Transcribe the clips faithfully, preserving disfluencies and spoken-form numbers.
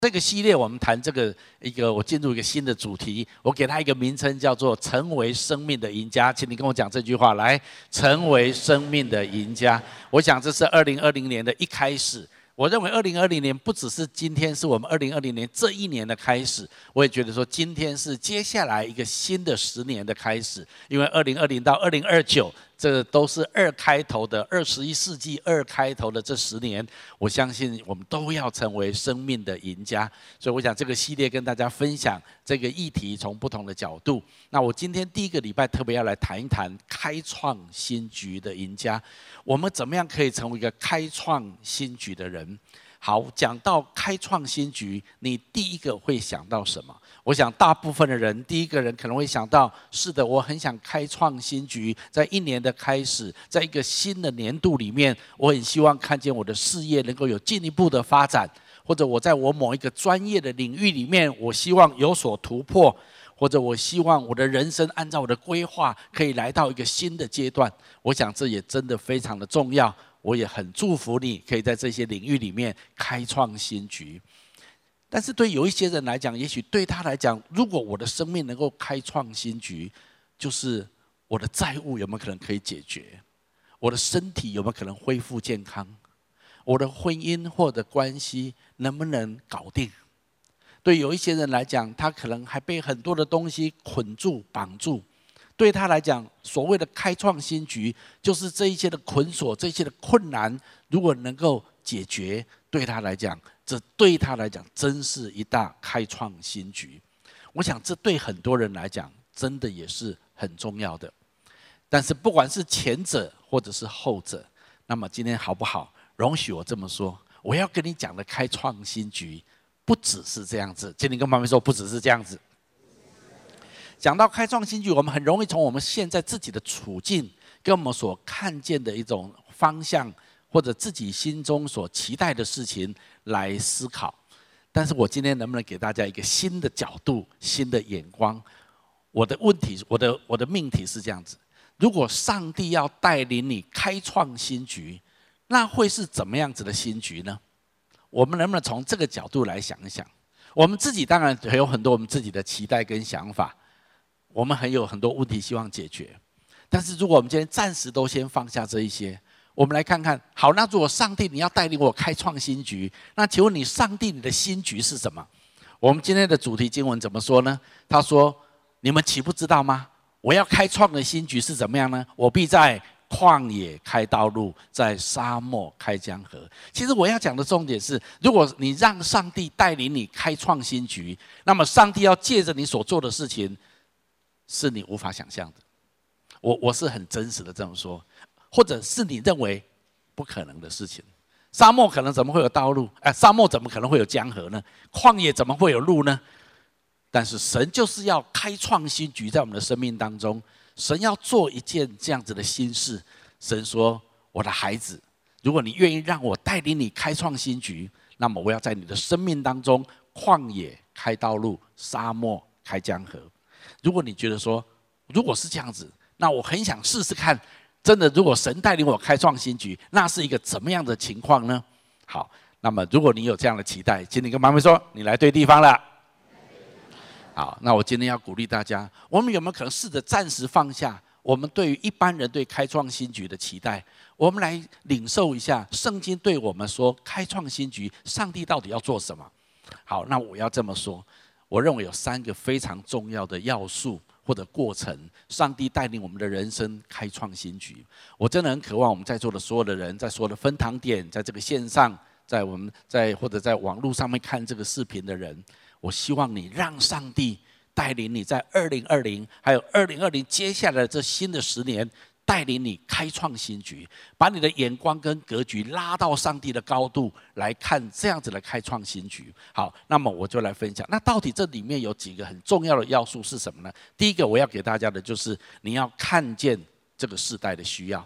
这个系列我们谈这个一个，我进入一个新的主题，我给它一个名称叫做“成为生命的赢家”。请你跟我讲这句话，来，成为生命的赢家。我想这是二零二零年的一开始。我认为二零二零年不只是今天，是我们二零二零年这一年的开始。我也觉得说，今天是接下来一个新的十年的开始，因为二零二零到二零二九。这都是二开头的二十一世纪二开头的这十年，我相信我们都要成为生命的赢家。所以我想这个系列跟大家分享这个议题，从不同的角度。那我今天第一个礼拜特别要来谈一谈开创新局的赢家，我们怎么样可以成为一个开创新局的人？好，讲到开创新局，你第一个会想到什么？我想大部分的人，第一个人可能会想到，是的，我很想开创新局，在一年的开始，在一个新的年度里面，我很希望看见我的事业能够有进一步的发展，或者我在我某一个专业的领域里面，我希望有所突破，或者我希望我的人生按照我的规划，可以来到一个新的阶段。我想这也真的非常的重要。我也很祝福你，可以在这些领域里面开创新局。但是对有一些人来讲，也许对他来讲，如果我的生命能够开创新局，就是我的债务有没有可能可以解决？我的身体有没有可能恢复健康？我的婚姻或者关系能不能搞定？对有一些人来讲，他可能还被很多的东西捆住、绑住。对他来讲，所谓的开创新局，就是这一些的捆锁、这些的困难，如果能够解决，对他来讲，这对他来讲真是一大开创新局。我想，这对很多人来讲，真的也是很重要的。但是，不管是前者或者是后者，那么今天好不好？容许我这么说，我要跟你讲的开创新局，不只是这样子。请你跟旁边说，不只是这样子。讲到开创新局，我们很容易从我们现在自己的处境，跟我们所看见的一种方向，或者自己心中所期待的事情来思考。但是我今天能不能给大家一个新的角度、新的眼光？我的问题，我的我的命题是这样子：如果上帝要带领你开创新局，那会是怎么样子的新局呢？我们能不能从这个角度来想一想？我们自己当然有很多我们自己的期待跟想法。我们很有很多问题希望解决，但是如果我们今天暂时都先放下这一些，我们来看看，好，那如果上帝你要带领我开创新局，那请问你上帝你的新局是什么？我们今天的主题经文怎么说呢？他说：你们岂不知道吗？我要开创的新局是怎么样呢？我必在旷野开道路，在沙漠开江河。其实我要讲的重点是，如果你让上帝带领你开创新局，那么上帝要借着你所做的事情，是你无法想象的。我我是很真实的这么说，或者是你认为不可能的事情。沙漠可能怎么会有道路？哎，沙漠怎么可能会有江河呢？旷野怎么会有路呢？但是神就是要开创新局在我们的生命当中，神要做一件这样子的新事。神说：我的孩子，如果你愿意让我带领你开创新局，那么我要在你的生命当中，旷野开道路，沙漠开江河。如果你觉得说，如果是这样子，那我很想试试看，真的，如果神带领我开创新局，那是一个怎么样的情况呢？好，那么如果你有这样的期待，请你跟妈妈说，你来对地方了。好，那我今天要鼓励大家，我们有没有可能试着暂时放下我们对于一般人对开创新局的期待，我们来领受一下圣经对我们说，开创新局，上帝到底要做什么？好，那我要这么说。我认为有三个非常重要的要素或者过程，上帝带领我们的人生开创新局。我真的很渴望我们在座的所有的人，在所有的分堂点，在这个线上，在我们在或者在网络上面看这个视频的人，我希望你让上帝带领你在二零二零还有二零二零接下来的这新的十年，带领你开创新局，把你的眼光跟格局拉到上帝的高度来看这样子的开创新局。好，那么我就来分享，那到底这里面有几个很重要的要素是什么呢？第一个我要给大家的就是你要看见这个世代的需要。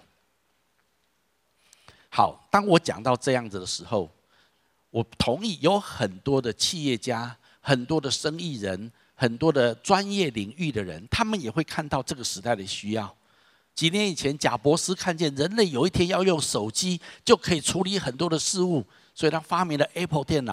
好，当我讲到这样子的时候，我同意有很多的企业家、很多的生意人、很多的专业领域的人，他们也会看到这个时代的需要。几年以前，贾伯斯看见人类有一天要用手机就可以处理很多的事物，所以他发明了 Apple 电脑。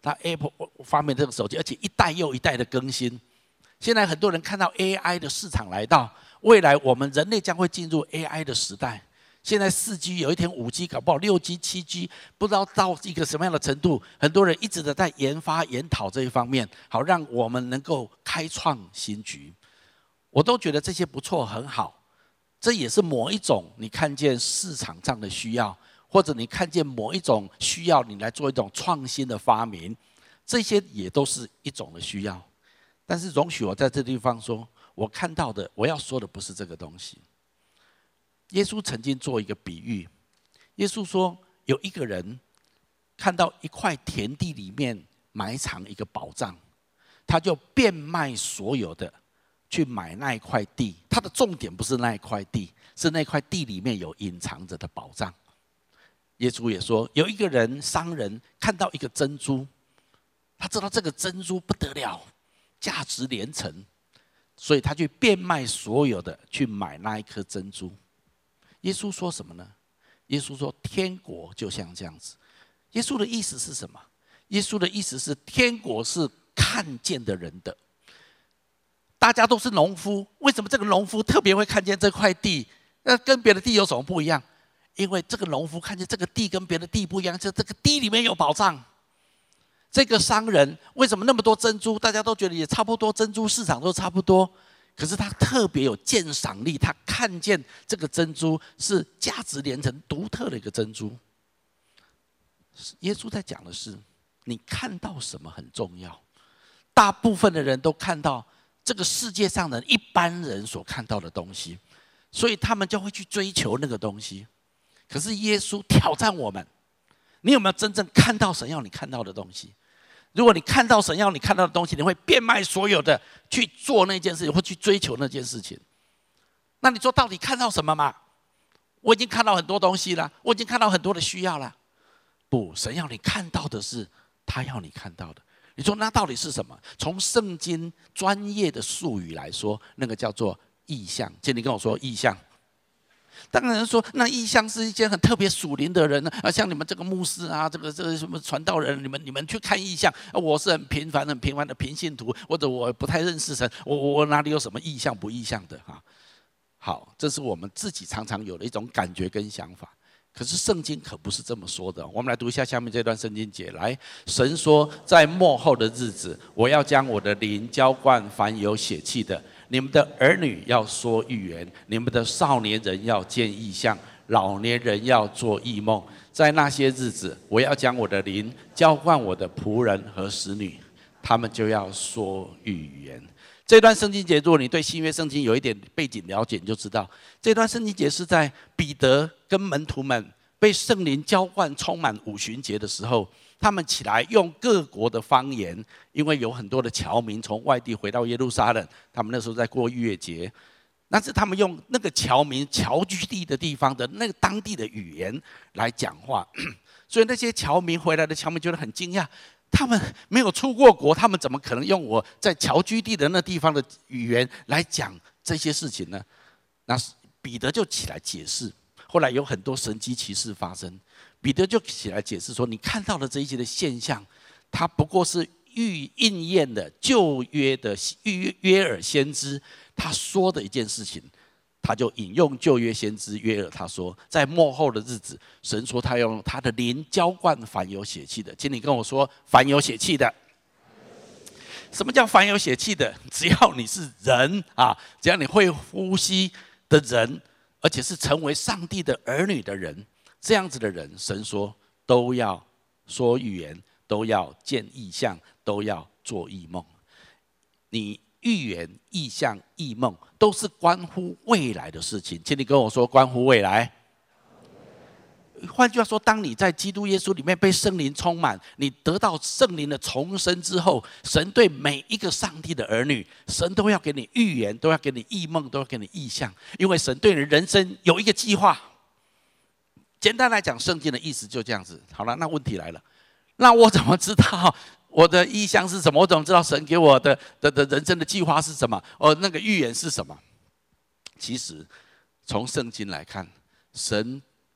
他 Apple 发明这个手机，而且一代又一代的更新。现在很多人看到 A I 的市场来到，未来我们人类将会进入 A I 的时代。现在四 G， 有一天五 G， 搞不好六 G、七 G， 不知道到一个什么样的程度。很多人一直的在研发、研讨这一方面，好让我们能够开创新局。我都觉得这些不错，很好。这也是某一种你看见市场上的需要，或者你看见某一种需要，你来做一种创新的发明，这些也都是一种的需要。但是容许我在这地方说，我看到的，我要说的不是这个东西。耶稣曾经做一个比喻，耶稣说有一个人看到一块田地里面埋藏一个宝藏，他就变卖所有的去买那一块地。他的重点不是那一块地，是那块地里面有隐藏着的宝藏。耶稣也说，有一个人商人看到一个珍珠，他知道这个珍珠不得了，价值连城，所以他去变卖所有的去买那一颗珍珠。耶稣说什么呢？耶稣说天国就像这样子。耶稣的意思是什么？耶稣的意思是天国是看见的人的。大家都是农夫，为什么这个农夫特别会看见这块地？那跟别的地有什么不一样？因为这个农夫看见这个地跟别的地不一样，就这个地里面有宝藏。这个商人为什么那么多珍珠？大家都觉得也差不多，珍珠市场都差不多。可是他特别有鉴赏力，他看见这个珍珠是价值连城、独特的一个珍珠。耶稣在讲的是，你看到什么很重要。大部分的人都看到这个世界上的一般人所看到的东西，所以他们就会去追求那个东西。可是耶稣挑战我们，你有没有真正看到神要你看到的东西？如果你看到神要你看到的东西，你会变卖所有的去做那件事情，或去追求那件事情。那你说到底看到什么嘛？我已经看到很多东西了，我已经看到很多的需要了。不，神要你看到的是他要你看到的。你说那到底是什么？从圣经专业的术语来说，那个叫做意象。请你跟我说意象。当然说，那异象是一件很特别属灵的人啊，像你们这个牧师啊，这个这个什么传道人，你们你们去看异象，我是很平凡很平凡的平信徒，或者我不太认识神，我我哪里有什么异象不异象的哈？好，这是我们自己常常有的一种感觉跟想法。可是圣经可不是这么说的。我们来读一下下面这段圣经节。来，神说，在末后的日子，我要将我的灵浇灌凡有血气的。你们的儿女要说预言，你们的少年人要见异象，老年人要做异梦。在那些日子，我要将我的灵浇灌我的仆人和使女，他们就要说预言。这段圣经节，如果你对新约圣经有一点背景了解，你就知道这段圣经节是在彼得跟门徒们被圣灵浇灌充满五旬节的时候，他们起来用各国的方言，因为有很多的侨民从外地回到耶路撒冷，他们那时候在过逾越节，但是他们用那个侨民侨居地的地方的那个当地的语言来讲话，所以那些侨民回来的侨民觉得很惊讶。他们没有出过国，他们怎么可能用我在侨居地的那地方的语言来讲这些事情呢？那彼得就起来解释，后来有很多神迹奇事发生，彼得就起来解释说，你看到的这一些的现象，它不过是预应验的旧约的约约珥先知他说的一件事情。他就引用旧约先知约珥，他说，在末后的日子，神说他用他的灵浇灌凡有血气的。请你跟我说，凡有血气的。什么叫凡有血气的？只要你是人啊，只要你会呼吸的人，而且是成为上帝的儿女的人，这样子的人，神说都要说预言，都要见异象，都要做异梦。你预言、异象、异梦都是关乎未来的事情，请你跟我说，关乎未来。换句话说，当你在基督耶稣里面被圣灵充满，你得到圣灵的重生之后，神对每一个上帝的儿女，神都要给你预言，都要给你异梦，都要给你异象，因为神对你的人生有一个计划。简单来讲，圣经的意思就这样子。好了，那问题来了，那我怎么知道我的意向是什么？我怎么知道神给我的的的人生的计划是什么？哦，那个预言是什么？其实从圣经来看，神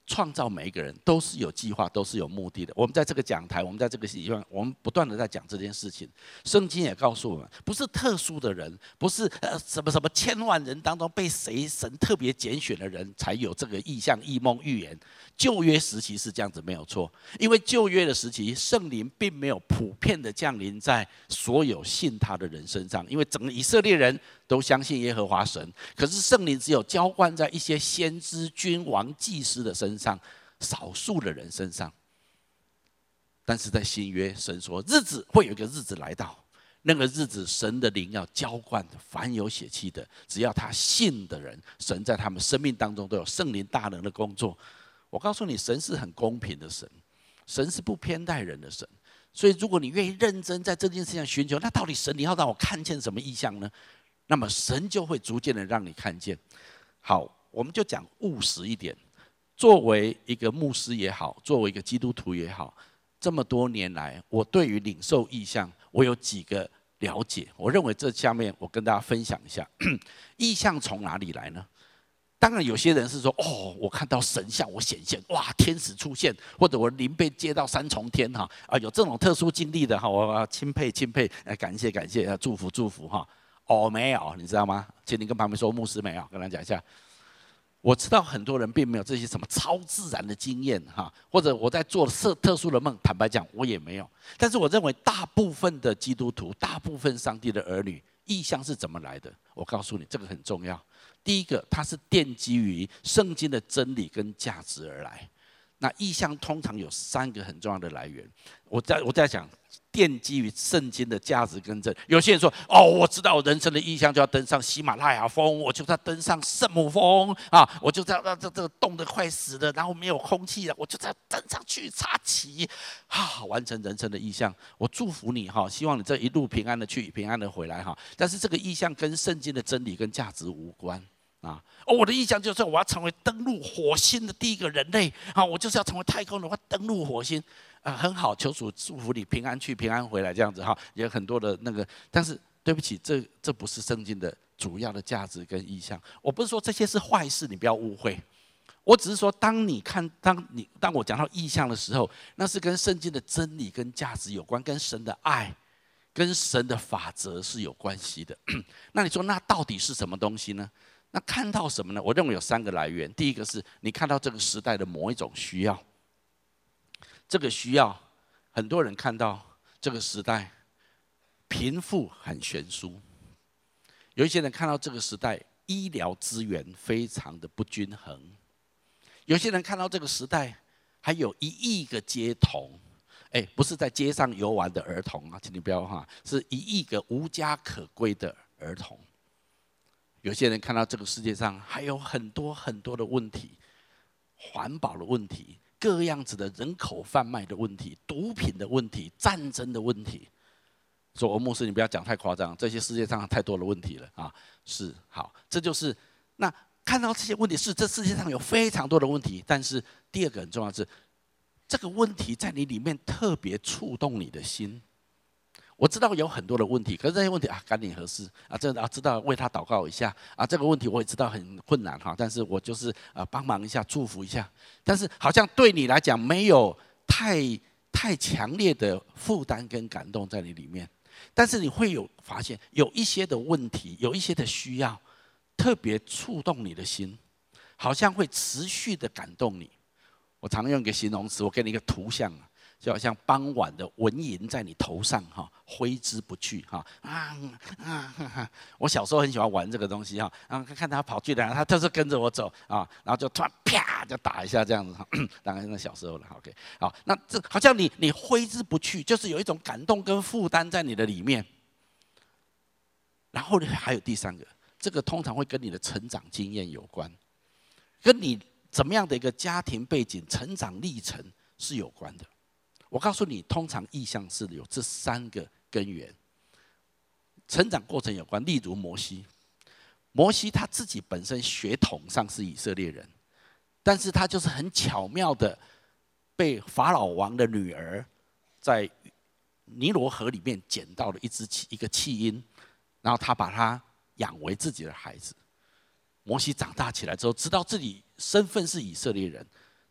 创造每一个人都是有计划，都是有目的的。我们在这个讲台，我们在这个地方，我们不断的在讲这件事情。圣经也告诉我们，不是特殊的人，不是呃什么什么千万人当中被谁神特别拣选的人才有这个异象、异梦、预言。旧约时期是这样子，没有错。因为旧约的时期，圣灵并没有普遍的降临在所有信他的人身上，因为整个以色列人都相信耶和华神，可是圣灵只有浇灌在一些先知、君王、祭司的身上，少数的人身上。但是在新约，神说日子会有一个日子来到，那个日子神的灵要浇灌凡有血气的，只要他信的人，神在他们生命当中都有圣灵大能的工作。我告诉你，神是很公平的神，神是不偏待人的神。所以如果你愿意认真在这件事情上寻求，那到底神你要让我看见什么异象呢？那么神就会逐渐的让你看见。好，我们就讲务实一点。作为一个牧师也好，作为一个基督徒也好，这么多年来，我对于领受异象，我有几个了解。我认为这下面我跟大家分享一下，异象从哪里来呢？当然，有些人是说，哦，我看到神向我显现，哇，天使出现，或者我灵被接到三重天哈啊，有这种特殊经历的哈，我钦佩钦佩，感谢感谢，祝福祝福哈。哦，没有，你知道吗？请你跟旁边说，牧师没有，跟他讲一下。我知道很多人并没有这些什么超自然的经验哈，或者我在做特特殊的梦，坦白讲，我也没有。但是我认为，大部分的基督徒，大部分上帝的儿女，异象是怎么来的？我告诉你，这个很重要。第一个，它是奠基于圣经的真理跟价值而来。那异象通常有三个很重要的来源。我在我在讲奠基于圣经的价值跟真理。有些人说，哦，我知道人生的异象就要登上喜马拉雅峰，我就要登上圣母峰啊，我就要让这这个冻得快死了，然后没有空气了，我就要登上去插旗，啊，完成人生的异象。我祝福你哈，希望你这一路平安的去，平安的回来哈。但是这个异象跟圣经的真理跟价值无关。啊！哦，我的意向就是我要成为登陆火星的第一个人类啊！我就是要成为太空人，我要登陆火星啊！很好，求主祝福你平安去，平安回来这样子哈。也有很多的那个，但是对不起，这这不是圣经的主要的价值跟意向。我不是说这些是坏事，你不要误会。我只是说，当你看，当你当我讲到意向的时候，那是跟圣经的真理跟价值有关，跟神的爱、跟神的法则是有关系的。那你说，那到底是什么东西呢？那看到什么呢？我认为有三个来源。第一个是你看到这个时代的某一种需要，这个需要很多人看到这个时代贫富很悬殊，有一些人看到这个时代医疗资源非常的不均衡，有些人看到这个时代还有一亿个街童，哎，不是在街上游玩的儿童啊，请你不要哈，是一亿个无家可归的儿童。有些人看到这个世界上还有很多很多的问题，环保的问题，各样子的人口贩卖的问题，毒品的问题，战争的问题。说欧牧师，你不要讲太夸张，这些世界上太多的问题了啊！是好，这就是那看到这些问题是这世界上有非常多的问题，但是第二个很重要的是，这个问题在你里面特别触动你的心。我知道有很多的问题，可是这些问题啊，干你何事啊？这啊，知道为他祷告一下啊。这个问题我也知道很困难哈，但是我就是啊帮忙一下，祝福一下。但是好像对你来讲没有太太强烈的负担跟感动在你里面，但是你会有发现有一些的问题，有一些的需要，特别触动你的心，好像会持续的感动你。我常用一个形容词，我给你一个图像啊。就好像傍晚的蚊蝇在你头上哈，挥之不去哈啊啊！我小时候很喜欢玩这个东西哈，啊，看他跑去哪，他就是跟着我走啊，然后就突然啪就打一下这样子，当然那小时候了 ，OK， 好，那这好像你你挥之不去，就是有一种感动跟负担在你的里面。然后还有第三个，这个通常会跟你的成长经验有关，跟你怎么样的一个家庭背景、成长历程是有关的。我告诉你，通常异象是有这三个根源，成长过程有关。例如摩西，摩西他自己本身血统上是以色列人，但是他就是很巧妙的被法老王的女儿在尼罗河里面捡到了一只一个弃婴，然后他把他养为自己的孩子。摩西长大起来之后，知道自己身份是以色列人。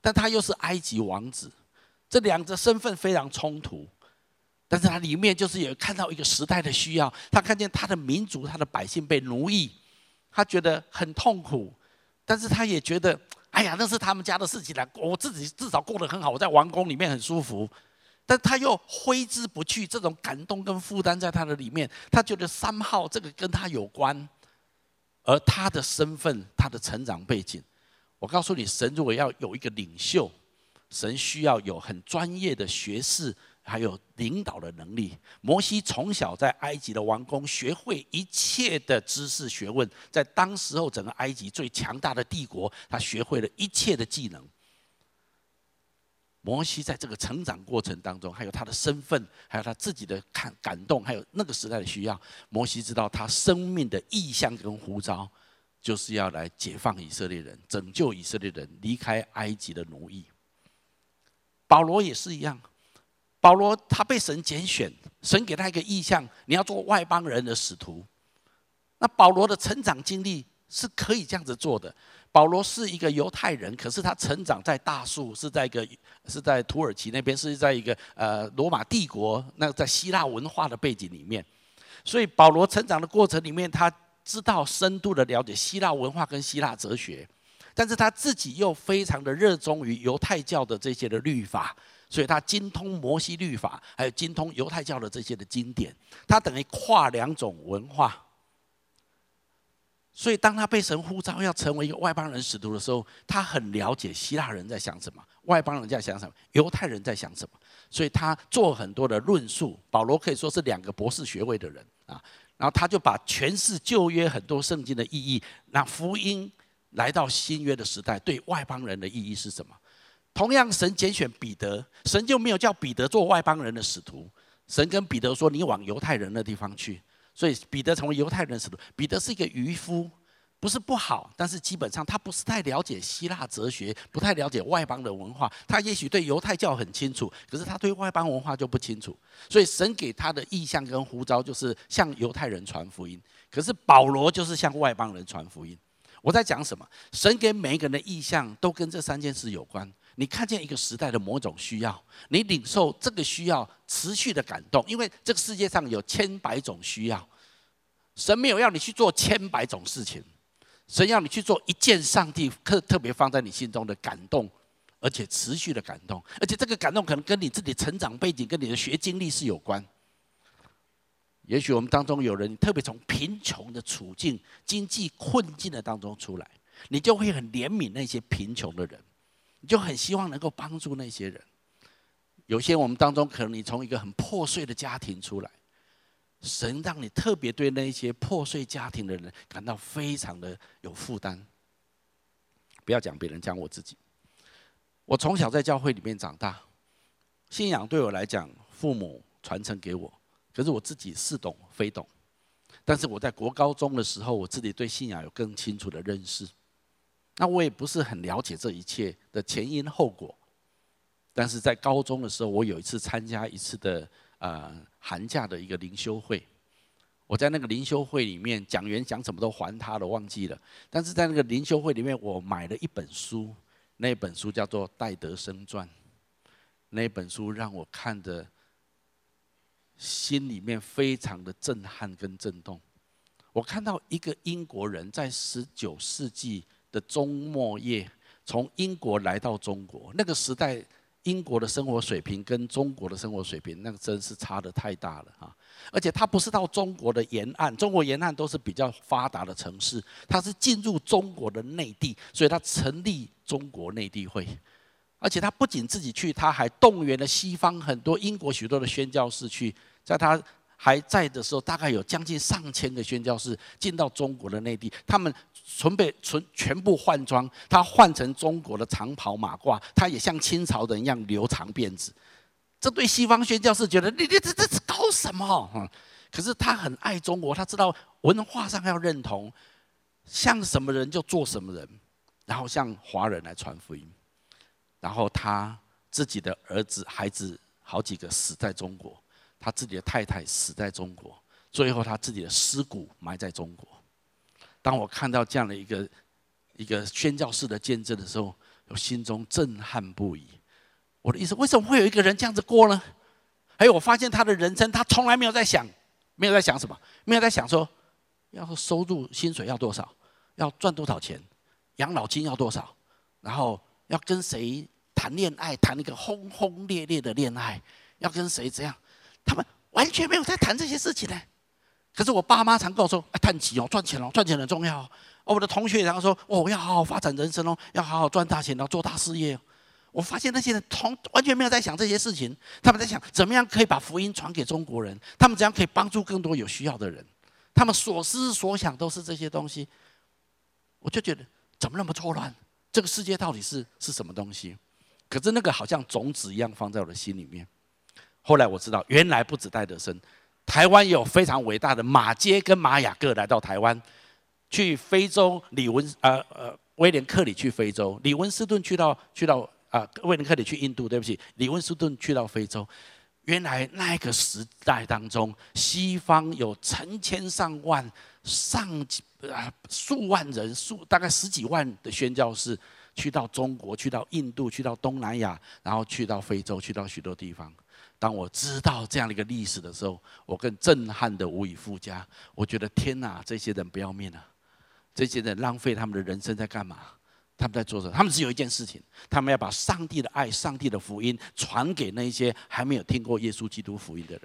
但他又是埃及王子，这两个身份非常冲突。但是他里面就是有看到一个时代的需要，他看见他的民族、他的百姓被奴役，他觉得很痛苦，但是他也觉得，哎呀，那是他们家的事情啦，我自己至少过得很好，我在王宫里面很舒服。但他又挥之不去，这种感动跟负担在他的里面，他觉得三号这个跟他有关，而他的身份、他的成长背景，我告诉你，神如果要有一个领袖，神需要有很专业的学识。还有领导的能力。摩西从小在埃及的王宫学会一切的知识学问，在当时候整个埃及最强大的帝国，他学会了一切的技能。摩西在这个成长过程当中，还有他的身份，还有他自己的感感动，还有那个时代的需要，摩西知道他生命的意向跟呼召，就是要来解放以色列人，拯救以色列人离开埃及的奴役。保罗也是一样。保罗他被神拣选，神给他一个意向，你要做外邦人的使徒。那保罗的成长经历是可以这样子做的。保罗是一个犹太人，可是他成长在大树，是在一个是在土耳其那边，是在一个呃罗马帝国，那在希腊文化的背景里面。所以保罗成长的过程里面，他知道深度的了解希腊文化跟希腊哲学，但是他自己又非常的热衷于犹太教的这些的律法。所以他精通摩西律法，还有精通犹太教的这些的经典，他等于跨两种文化。所以当他被神呼召要成为一个外邦人使徒的时候，他很了解希腊人在想什么，外邦人在想什么，犹太人在想什么。所以他做很多的论述。保罗可以说是两个博士学位的人啊，然后他就把诠释旧约很多圣经的意义，那福音来到新约的时代，对外邦人的意义是什么？同样，神拣选彼得，神就没有叫彼得做外邦人的使徒。神跟彼得说：“你往犹太人的地方去。”所以彼得成为犹太人的使徒。彼得是一个渔夫，不是不好，但是基本上他不是太了解希腊哲学，不太了解外邦的文化。他也许对犹太教很清楚，可是他对外邦文化就不清楚。所以神给他的意向跟呼召就是向犹太人传福音，可是保罗就是向外邦人传福音。我在讲什么？神给每一个人的意向都跟这三件事有关。你看见一个时代的某种需要，你领受这个需要，持续的感动，因为这个世界上有千百种需要，神没有要你去做千百种事情，神要你去做一件上帝特特别放在你心中的感动，而且持续的感动，而且这个感动可能跟你自己成长背景、跟你的学经历是有关。也许我们当中有人特别从贫穷的处境、经济困境的当中出来，你就会很怜悯那些贫穷的人。你就很希望能够帮助那些人。有些我们当中可能你从一个很破碎的家庭出来，神让你特别对那些破碎家庭的人感到非常的有负担。不要讲别人，讲我自己。我从小在教会里面长大，信仰对我来讲，父母传承给我，可是我自己似懂非懂。但是我在国高中的时候，我自己对信仰有更清楚的认识。那我也不是很了解这一切的前因后果，但是在高中的时候，我有一次参加一次的呃寒假的一个灵修会，我在那个灵修会里面，讲员讲什么都还他了，忘记了。但是在那个灵修会里面，我买了一本书，那本书叫做《戴德生传》，那本书让我看的心里面非常的震撼跟震动。我看到一个英国人在十九世纪的中末叶，从英国来到中国，那个时代英国的生活水平跟中国的生活水平，那个真是差得太大了啊！而且他不是到中国的沿岸，中国沿岸都是比较发达的城市，他是进入中国的内地，所以他成立中国内地会。而且他不仅自己去，他还动员了西方很多英国许多的宣教士去，在他还在的时候，大概有将近上千个宣教士进到中国的内地，他们准备全全部换装，他换成中国的长袍马褂，他也像清朝人一样留长辫子。这对西方宣教士觉得你你这这是搞什么？可是他很爱中国，他知道文化上要认同，像什么人就做什么人，然后向华人来传福音。然后他自己的儿子、孩子好几个死在中国。他自己的太太死在中国，最后他自己的尸骨埋在中国。当我看到这样的一个一个宣教士的见证的时候， 我心中震撼不已。我的意思，为什么会有一个人这样子过呢？还有，我发现他的人生，他从来没有在想，没有在想什么，没有在想说，要收入薪水要多少，要赚多少钱，养老金要多少，然后要跟谁谈恋爱，谈一个轰轰烈烈的恋爱，要跟谁这样，他们完全没有在谈这些事情呢。可是我爸妈常跟我说，哎，赚钱哦，赚钱哦，赚钱很重要哦。我的同学也常说，哦，要好好发展人生哦，要好好赚大钱，要做大事业哦。我发现那些人从完全没有在想这些事情，他们在想怎么样可以把福音传给中国人，他们怎样可以帮助更多有需要的人，他们所思所想都是这些东西。我就觉得怎么那么错乱？这个世界到底是是什么东西？可是那个好像种子一样放在我的心里面。后来我知道，原来不止戴德生，台湾也有非常伟大的马偕跟马雅各来到台湾，去非洲李文呃呃威廉克里去非洲，李文斯顿去到去到。啊，威廉克里去印度，对不起，李温斯顿去到非洲。原来那个时代当中，西方有成千上万、上几啊数万人，数大概十几万的宣教士，去到中国，去到印度，去到东南亚，然后去到非洲，去到许多地方。当我知道这样的一个历史的时候，我更震撼的无以复加。我觉得天哪，这些人不要命啊！这些人浪费他们的人生在干嘛？他们在做什么？他们只有一件事情，他们要把上帝的爱、上帝的福音传给那些还没有听过耶稣基督福音的人。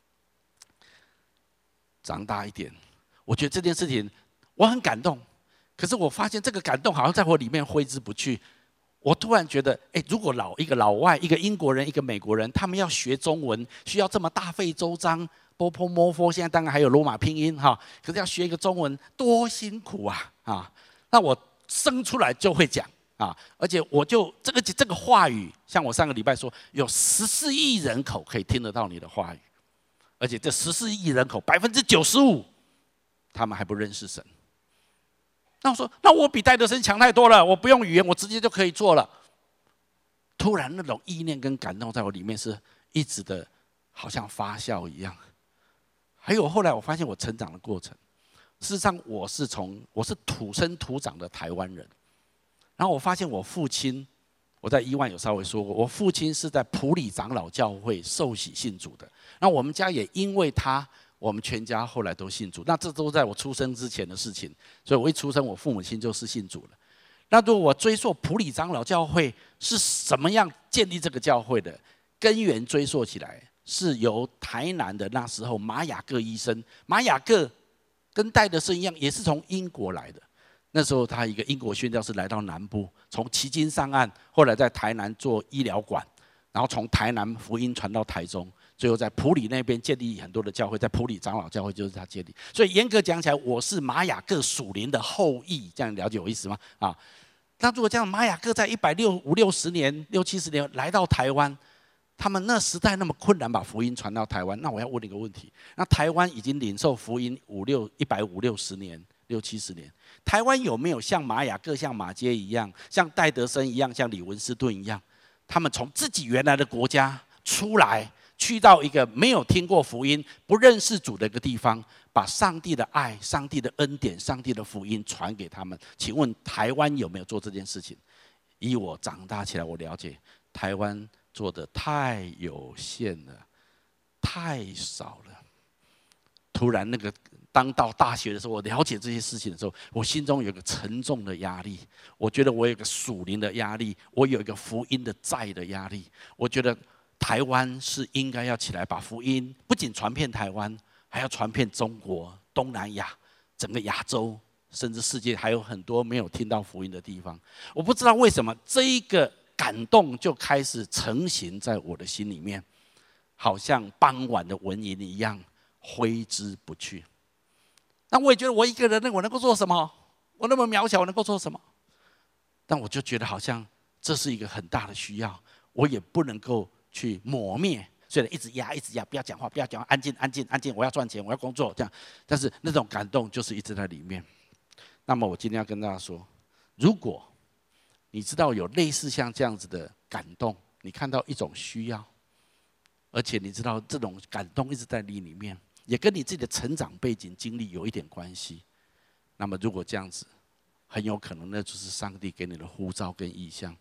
长大一点，我觉得这件事情我很感动，可是我发现这个感动好像在我里面挥之不去。我突然觉得，哎，如果老一个老外、一个英国人、一个美国人，他们要学中文，需要这么大费周章，波波摩佛，现在当然还有罗马拼音哈，可是要学一个中文多辛苦啊啊！那我生出来就会讲啊，而且我就这个这个话语，像我上个礼拜说，有十四亿人口可以听得到你的话语，而且这十四亿人口百分之九十五，他们还不认识神。那我说，那我比戴德生强太多了，我不用语言，我直接就可以做了。突然那种意念跟感动在我里面是一直的，好像发酵一样。还有后来我发现我成长的过程。事实上，我是从我是土生土长的台湾人，然后我发现我父亲，我在伊万有稍微说过，我父亲是在埔里长老教会受洗信主的。那我们家也因为他，我们全家后来都信主。那这都在我出生之前的事情，所以我一出生，我父母亲就是信主了。那如果我追溯埔里长老教会是什么样建立这个教会的根源，追溯起来，是由台南的那时候马雅各医生，马雅各。跟戴德生一样，也是从英国来的。那时候他一个英国宣教士来到南部，从旗津上岸，后来在台南做医疗馆，然后从台南福音传到台中，最后在埔里那边建立很多的教会，在埔里长老教会就是他建立。所以严格讲起来，我是马雅各属灵的后裔，这样了解我意思吗？啊，那如果这样，马雅各在一百六五六十年、六七十年来到台湾。他们那时代那么困难，把福音传到台湾。那我要问你一个问题：那台湾已经领受福音五六一百五六十年、六七十年，台湾有没有像马雅各、像马偕一样，像戴德生一样，像李文斯顿一样，他们从自己原来的国家出来，去到一个没有听过福音、不认识主的一个地方，把上帝的爱、上帝的恩典、上帝的福音传给他们？请问台湾有没有做这件事情？以我长大起来，我了解台湾。做的太有限了，太少了。突然，那个当到大学的时候，我了解这些事情的时候，我心中有一个沉重的压力。我觉得我有一个属灵的压力，我有一个福音的债的压力。我觉得台湾是应该要起来，把福音不仅传遍台湾，还要传遍中国、东南亚、整个亚洲，甚至世界还有很多没有听到福音的地方。我不知道为什么这一个。感动就开始成型在我的心里面，好像傍晚的蚊蝇一样挥之不去。那我也觉得我一个人，我能够做什么？我那么渺小，我能够做什么？但我就觉得好像这是一个很大的需要，我也不能够去抹灭。虽然一直压，一直压，不要讲话，不要讲话，安静，安静，安静。我要赚钱，我要工作，这样。但是那种感动就是一直在里面。那么我今天要跟大家说，如果你知道有类似像这样子的感动，你看到一种需要，而且你知道这种感动一直在你里面，也跟你自己的成长背景经历有一点关系。那么如果这样子，很有可能那就是上帝给你的呼召跟意向。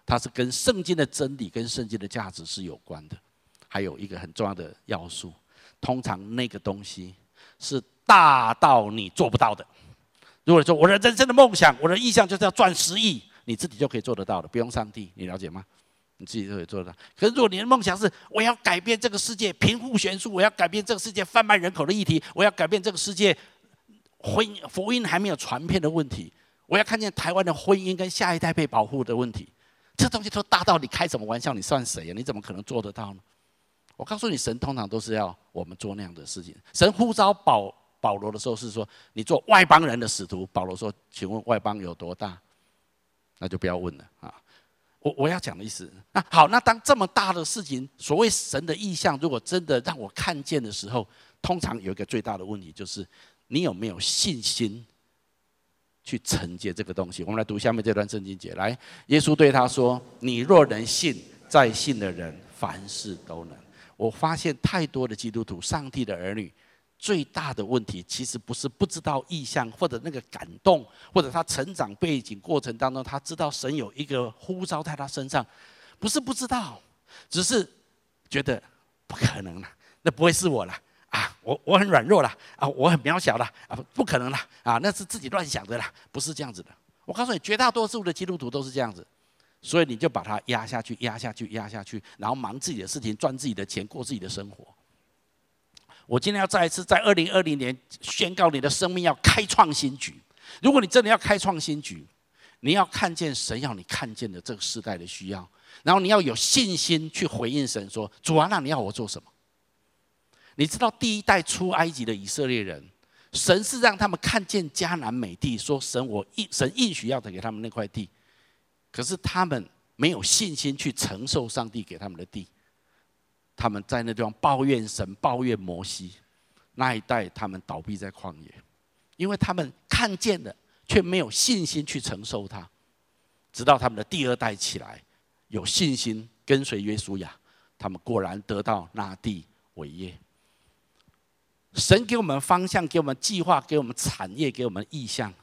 它是跟圣经的真理、跟圣经的价值是有关的。还有一个很重要的要素，通常那个东西是大到你做不到的。如果说我的人生的梦想、我的意向就是要赚十亿，你自己就可以做得到的，不用上帝，你了解吗？你自己就可以做得到。可是如果你的梦想是我要改变这个世界贫富悬殊，我要改变这个世界贩卖人口的议题，我要改变这个世界婚福音还没有传遍的问题，我要看见台湾的婚姻跟下一代被保护的问题，这东西都大到你开什么玩笑？你算谁呀？你怎么可能做得到呢？我告诉你，神通常都是要我们做那样的事情。神呼召保保罗的时候是说，你做外邦人的使徒。保罗说，请问外邦有多大？那就不要问了啊。我我要讲的意思，那好，那当这么大的事情，所谓神的意象，如果真的让我看见的时候，通常有一个最大的问题，就是你有没有信心去承接这个东西？我们来读下面这段圣经节，来，耶稣对他说：“你若能信，在信的人凡事都能。”我发现太多的基督徒、上帝的儿女，最大的问题其实不是不知道意象，或者那个感动，或者他成长背景过程当中，他知道神有一个呼召在他身上，不是不知道，只是觉得不可能了，那不会是我了啊，我我很软弱了啊，我很渺小了啊，不可能了啊，那是自己乱想的啦，不是这样子的。我告诉你，绝大多数的基督徒都是这样子。所以你就把它压下去，压下去，压下去，然后忙自己的事情，赚自己的钱，过自己的生活。我今天要再一次在二零二零年宣告，你的生命要开创新局。如果你真的要开创新局，你要看见神要你看见的这个时代的需要，然后你要有信心去回应神说：“主啊，那你要我做什么？”你知道第一代出埃及的以色列人，神是让他们看见迦南美地，说神我神应许要给他们那块地。可是他们没有信心去承受上帝给他们的地，他们在那地方抱怨神，抱怨摩西。那一代他们倒闭在旷野，因为他们看见了，却没有信心去承受它。直到他们的第二代起来，有信心跟随约书亚，他们果然得到那地为业。神给我们方向，给我们计划，给我们产业，给我们意向。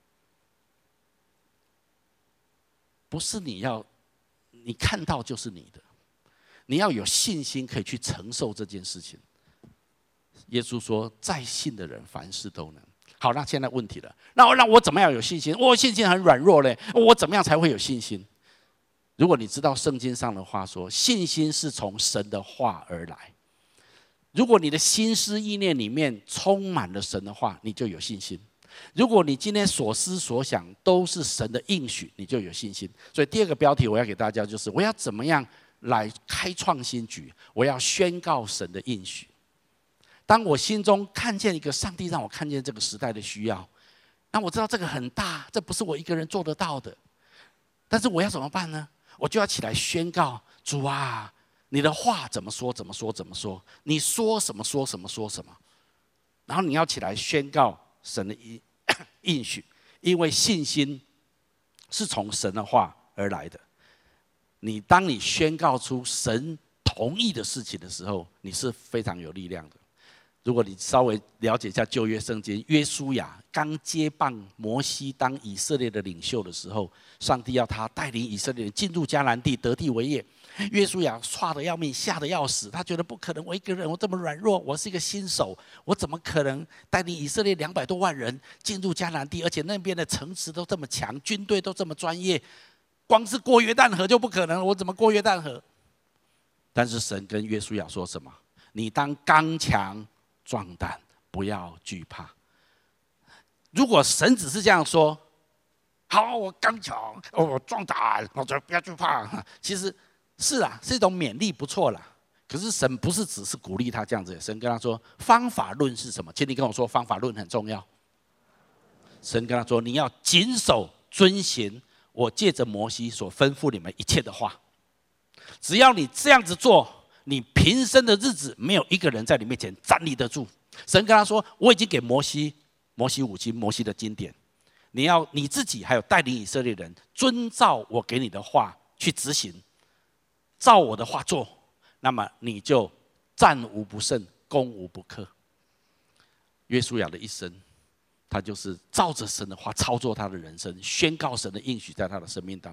不是你要，你看到就是你的，你要有信心可以去承受这件事情。耶稣说：“在信的人凡事都能。”好，那现在问题了，那我让我怎么样有信心？我信心很软弱嘞，我怎么样才会有信心？如果你知道圣经上的话说，信心是从神的话而来。如果你的心思意念里面充满了神的话，你就有信心。如果你今天所思所想都是神的应许，你就有信心。所以第二个标题我要给大家就是：我要怎么样来开创新局？我要宣告神的应许。当我心中看见一个上帝让我看见这个时代的需要，那我知道这个很大，这不是我一个人做得到的。但是我要怎么办呢？我就要起来宣告：主啊，你的话怎么说怎么说怎么说，你说什么说什么说什么。然后你要起来宣告神的应应许，因为信心是从神的话而来的。你当你宣告出神同意的事情的时候，你是非常有力量的。如果你稍微了解一下旧约圣经，约书亚刚接棒摩西当以色列的领袖的时候，上帝要他带领以色列人进入迦南地，得地为业。约书亚唰得要命，吓得要死，他觉得不可能，我一个人，我这么软弱，我是一个新手，我怎么可能带领以色列两百多万人进入迦南地？而且那边的城池都这么强，军队都这么专业，光是过约旦河就不可能，我怎么过约旦河？但是神跟约书亚说什么？你当刚强壮胆，不要惧怕。如果神只是这样说，好，我刚强，我壮胆，我就不要惧怕。其实是啊，是一种勉励，不错啦。可是神不是只是鼓励他这样子，神跟他说方法论是什么？请你跟我说，方法论很重要。神跟他说，你要谨守遵行我借着摩西所吩咐你们一切的话。只要你这样子做，你平生的日子没有一个人在你面前站立得住。神跟他说，我已经给摩西摩西五经，摩西的经典，你要你自己还有带领以色列人遵照我给你的话去执行，照我的话做，那么你就战无不胜，攻无不克。约书亚的一生，他就是照着神的话操作他的人生，宣告神的应许在他的生命当中。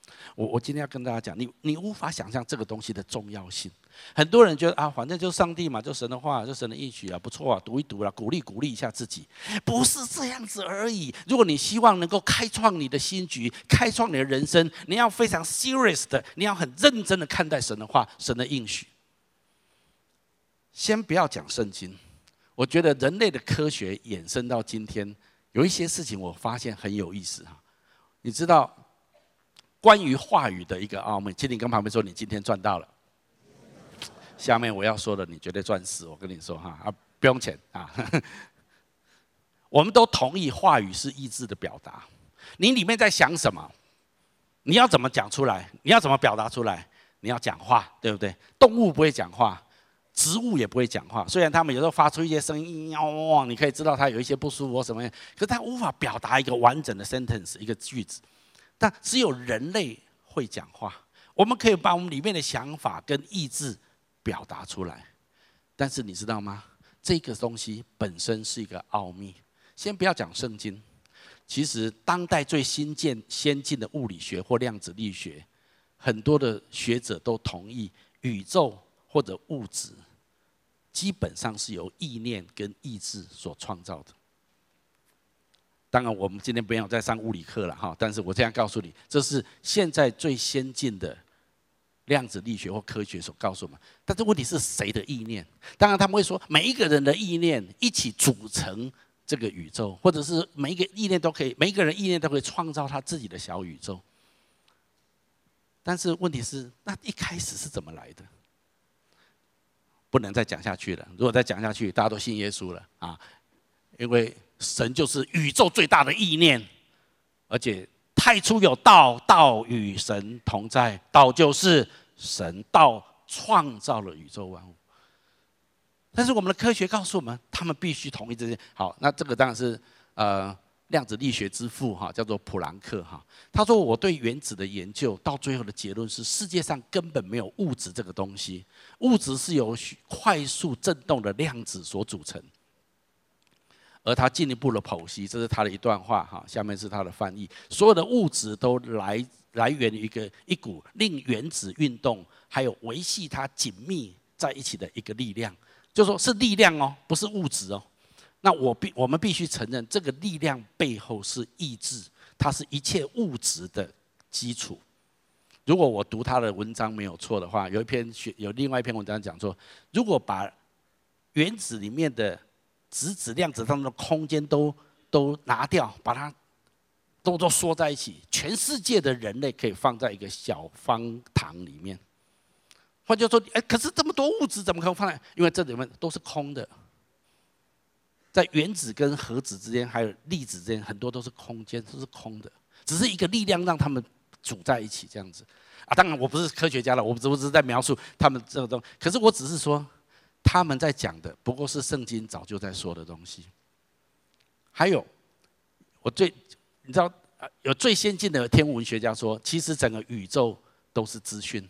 我我今天要跟大家讲，你你无法想象这个东西的重要性。很多人觉得啊，反正就是上帝嘛，就神的话，就神的应许啊，不错啊，读一读啦，鼓励鼓励一下自己，不是这样子而已。如果你希望能够开创你的新局，开创你的人生，你要非常 serious 的，你要很认真的看待神的话，神的应许。先不要讲圣经，我觉得人类的科学衍生到今天，有一些事情我发现很有意思哈。你知道关于话语的一个奥秘，请你跟旁边说，你今天赚到了。下面我要说的，你绝对赚死！我跟你说哈啊，不用钱啊。我们都同意话语是意志的表达，你里面在想什么，你要怎么讲出来，你要怎么表达出来，你要讲话，对不对？动物不会讲话，植物也不会讲话，虽然它们有时候发出一些声音，哦，你可以知道它有一些不舒服或什么样，可是它无法表达一个完整的 sentence 一个句子。但只有人类会讲话，我们可以把我们里面的想法跟意志表达出来，但是你知道吗？这个东西本身是一个奥秘。先不要讲圣经，其实当代最新建先进的物理学或量子力学，很多的学者都同意，宇宙或者物质基本上是由意念跟意志所创造的。当然，我们今天没有在上物理课了哈，但是我这样告诉你，这是现在最先进的量子力学或科学所告诉我们，但是问题是谁的意念？当然他们会说，每一个人的意念一起组成这个宇宙，或者是每一个意念都可以，每一个人意念都可以创造他自己的小宇宙。但是问题是，那一开始是怎么来的？不能再讲下去了。如果再讲下去，大家都信耶稣了啊，因为神就是宇宙最大的意念，而且太初有道，道与神同在，道就是神，道创造了宇宙万物。但是我们的科学告诉我们，他们必须同意这些。好，那这个当然是呃量子力学之父哈，叫做普朗克哈。他说，我对原子的研究到最后的结论是，世界上根本没有物质这个东西，物质是由快速振动的量子所组成。而他进一步的剖析，这是他的一段话哈，下面是他的翻译。所有的物质都来来源于一个一股令原子运动，还有维系它紧密在一起的一个力量，就说是力量哦，不是物质哦。那我必我们必须承认，这个力量背后是意志，它是一切物质的基础。如果我读他的文章没有错的话，有一篇有另外一篇文章讲说，如果把原子里面的质子、量子当中的空间都都拿掉，把它都都缩在一起，全世界的人类可以放在一个小方糖里面。换句话说，哎，可是这么多物质怎么可能放在？因为这里面都是空的，在原子跟核子之间，还有粒子之间，很多都是空间，都是空的，只是一个力量让他们组在一起这样子。啊，当然我不是科学家了，我只不过是在描述他们这个东西。可是我只是说，他们在讲的不过是圣经早就在说的东西。还有，我最你知道，有最先进的天文学家说，其实整个宇宙都是资讯。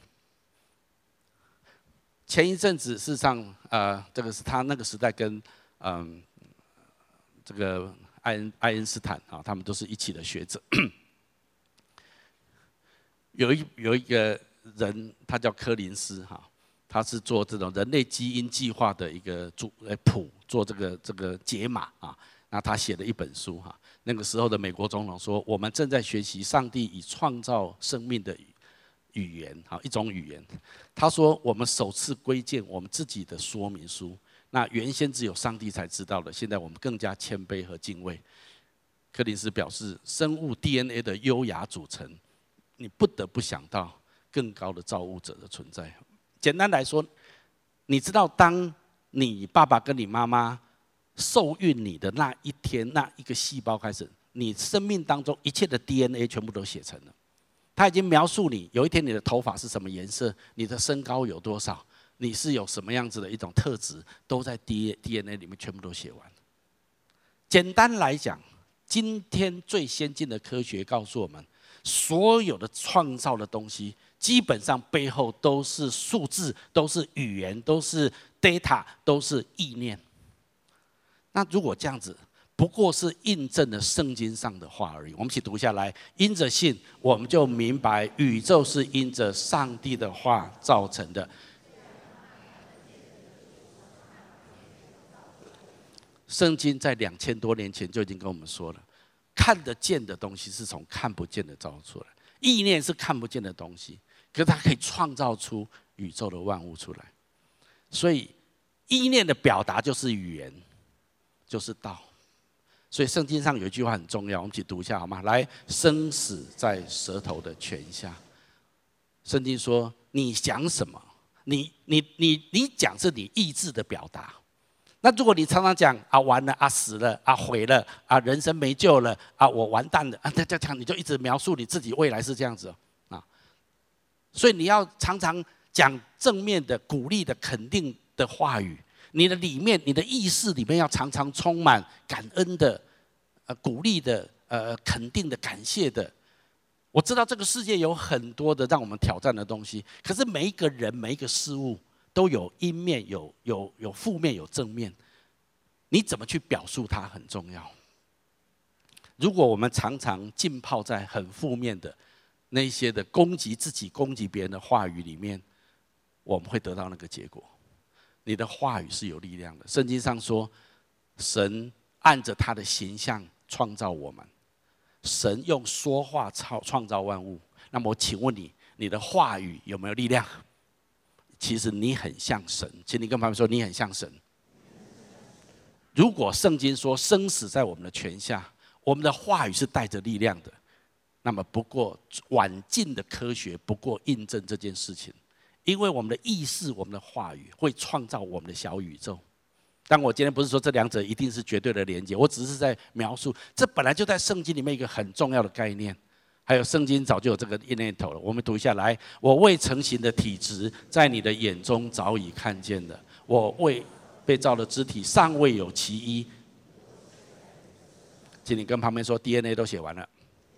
前一阵子，事实上，呃，这个是他那个时代跟嗯、呃、这个爱因爱因斯坦啊，他们都是一起的学者。有一有一个人，他叫柯林斯哈。他是做这种人类基因计划的一个主呃谱，做这个这个解码啊。那他写了一本书哈。那个时候的美国总统说，我们正在学习上帝以创造生命的语言，哈，一种语言。他说，我们首次归建我们自己的说明书。那原先只有上帝才知道的，现在我们更加谦卑和敬畏。柯林斯表示，生物 D N A 的优雅组成，你不得不想到更高的造物者的存在。简单来说，你知道，当你爸爸跟你妈妈受孕你的那一天，那一个细胞开始，你生命当中一切的 D N A 全部都写成了。他已经描述你有一天你的头发是什么颜色，你的身高有多少，你是有什么样子的一种特质，都在 D N A 里面全部都写完。简单来讲，今天最先进的科学告诉我们，所有的创造的东西，基本上背后都是数字，都是语言，都是 data， 都是意念。那如果这样子，不不过是印证了圣经上的话而已。我们一起读下来：因着信，我们就明白宇宙是因着上帝的话造成的。圣经在两千多年前就已经跟我们说了，看得见的东西是从看不见的造出来，意念是看不见的东西，可是它可以创造出宇宙的万物出来。所以意念的表达就是语言，就是道。所以圣经上有一句话很重要，我们一起读一下好吗？来，生死在舌头的权下。圣经说，你想什么，你你你你讲是你意志的表达。那如果你常常讲啊完了啊死了啊毁了啊人生没救了啊我完蛋了啊这这样你就一直描述你自己未来是这样子啊，所以你要常常讲正面的、鼓励的、肯定的话语。你的里面、你的意识里面要常常充满感恩的、呃鼓励的、呃肯定的、感谢的。我知道这个世界有很多的让我们挑战的东西，可是每一个人、每一个事物都有阴面、有有有负面、有正面。你怎么去表述它很重要。如果我们常常浸泡在很负面的那一些的攻击自己、攻击别人的话语里面，我们会得到那个结果。你的话语是有力量的。圣经上说，神按着他的形象创造我们，神用说话创造万物。那么我请问你，你的话语有没有力量？其实你很像神，请你跟旁边说，你很像神。如果圣经说生死在我们的权下，我们的话语是带着力量的，那么不过晚近的科学不过印证这件事情。因为我们的意识、我们的话语会创造我们的小宇宙。但我今天不是说这两者一定是绝对的连接，我只是在描述，这本来就在圣经里面一个很重要的概念。还有圣经早就有这个念头了，我们读一下来：我未成形的体质，在你的眼中早已看见了；我未被造的肢体，尚未有其一。请你跟旁边说 ，D N A 都写完了。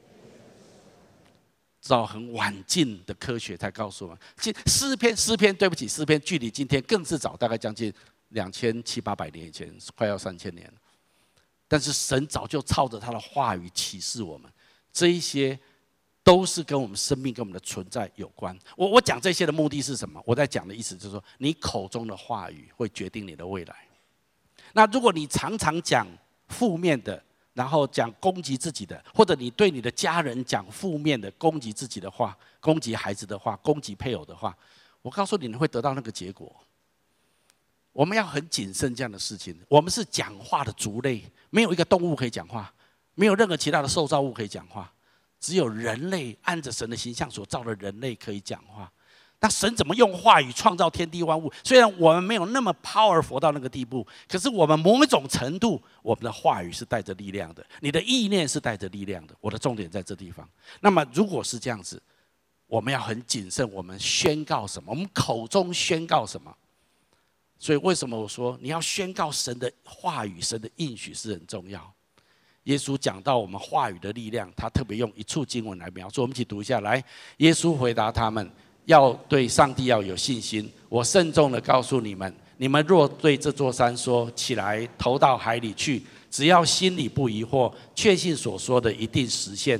到很晚近的科学才告诉我们，诗篇诗篇对不起，诗篇距离今天更是早，大概将近两千七八百年以前，快要三千年了。但是神早就操着他的话语启示我们，这一些都是跟我们生命、跟我们的存在有关。我我讲这些的目的是什么？我在讲的意思就是说，你口中的话语会决定你的未来。那如果你常常讲负面的，然后讲攻击自己的，或者你对你的家人讲负面的、攻击自己的话、攻击孩子的话、攻击配偶的话，我告诉你，你会得到那个结果。我们要很谨慎这样的事情。我们是讲话的族类，没有一个动物可以讲话，没有任何其他的受造物可以讲话，只有人类按着神的形象所造的人类可以讲话。那神怎么用话语创造天地万物？虽然我们没有那么 powerful 到那个地步，可是我们某一种程度，我们的话语是带着力量的，你的意念是带着力量的。我的重点在这地方。那么如果是这样子，我们要很谨慎，我们宣告什么？我们口中宣告什么？所以为什么我说你要宣告神的话语、神的应许是很重要？耶稣讲到我们话语的力量，他特别用一处经文来描述，我们一起读一下来。耶稣回答他们，要对上帝要有信心。我慎重的告诉你们，你们若对这座山说起来，投到海里去，只要心里不疑惑，确信所说的一定实现。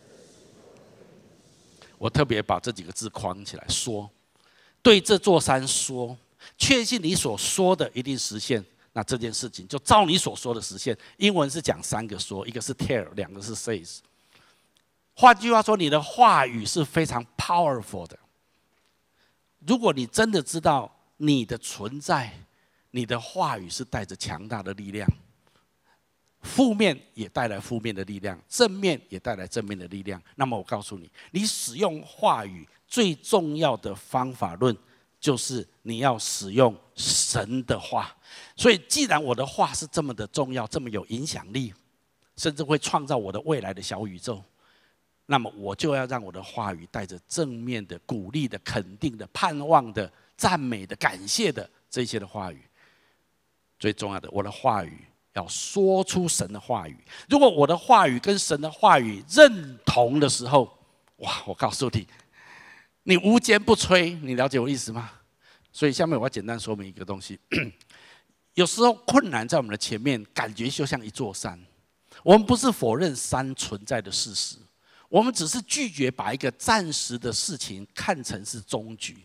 我特别把这几个字框起来，说对这座山说，确信你所说的一定实现。那这件事情就照你所说的实现。英文是讲三个说，一个是 tell， 两个是 says。换句话说，你的话语是非常 powerful 的。如果你真的知道你的存在，你的话语是带着强大的力量，负面也带来负面的力量，正面也带来正面的力量。那么我告诉你，你使用话语最重要的方法论，就是你要使用神的话。所以既然我的话是这么的重要，这么有影响力，甚至会创造我的未来的小宇宙，那么我就要让我的话语带着正面的、鼓励的、肯定的、盼望的、赞美的、感谢的这些的话语。最重要的，我的话语要说出神的话语。如果我的话语跟神的话语认同的时候，哇！我告诉你，你无坚不摧。你了解我意思吗？所以下面我要简单说明一个东西。有时候困难在我们的前面，感觉就像一座山。 我们不是否认山存在的事实，我们只是拒绝把一个暂时的事情看成是终局。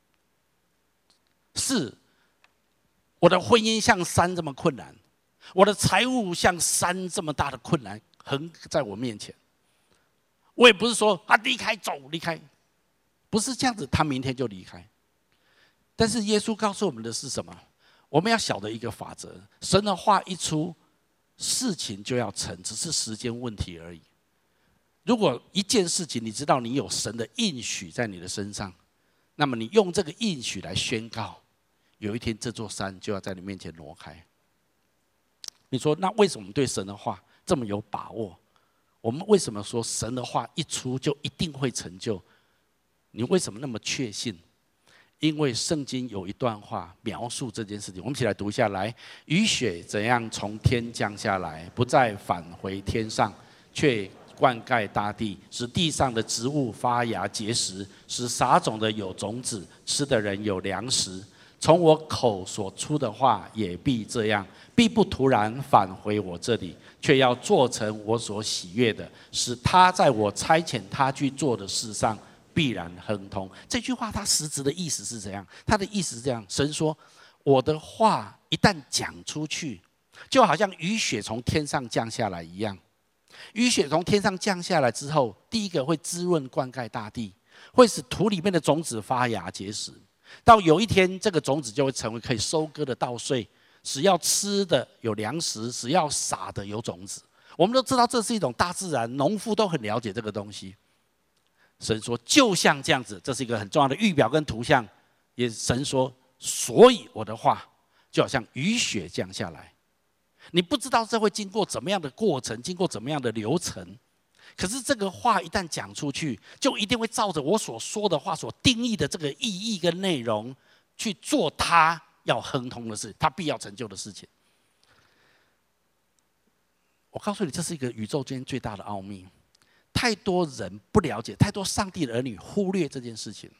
是，我的婚姻像山这么困难，我的财务像山这么大的困难横在我面前。我也不是说啊离开走离开，不是这样子，他明天就离开。但是耶稣告诉我们的是什么？我们要晓得一个法则：神的话一出，事情就要成，只是时间问题而已。如果一件事情你知道你有神的应许在你的身上，那么你用这个应许来宣告，有一天这座山就要在你面前挪开。你说那为什么我们对神的话这么有把握？我们为什么说神的话一出就一定会成就？你为什么那么确信？因为圣经有一段话描述这件事情，我们一起来读下来。雨雪怎样从天降下来，不再返回天上，却灌溉大地，使地上的植物发芽结实，使撒种的有种子，吃的人有粮食。从我口所出的话也必这样，必不突然返回我这里，却要做成我所喜悦的，使他在我差遣他去做的事上必然亨通。这句话它实质的意思是怎样？它的意思是这样：神说，我的话一旦讲出去，就好像雨雪从天上降下来一样。雨雪从天上降下来之后，第一个会滋润灌溉大地，会使土里面的种子发芽结实。到有一天，这个种子就会成为可以收割的稻穗，使要吃的有粮食，使要撒的有种子。我们都知道这是一种大自然，农夫都很了解这个东西。神说，就像这样子，这是一个很重要的预表跟图像。也神说，所以我的话就好像雨雪降下来。你不知道这会经过怎么样的过程，经过怎么样的流程。可是这个话一旦讲出去，就一定会照着我所说的话所定义的这个意义跟内容去做他要亨通的事，他必要成就的事情。我告诉你，这是一个宇宙间最大的奥秘。太多人不了解，太多上帝的儿女忽略这件事情。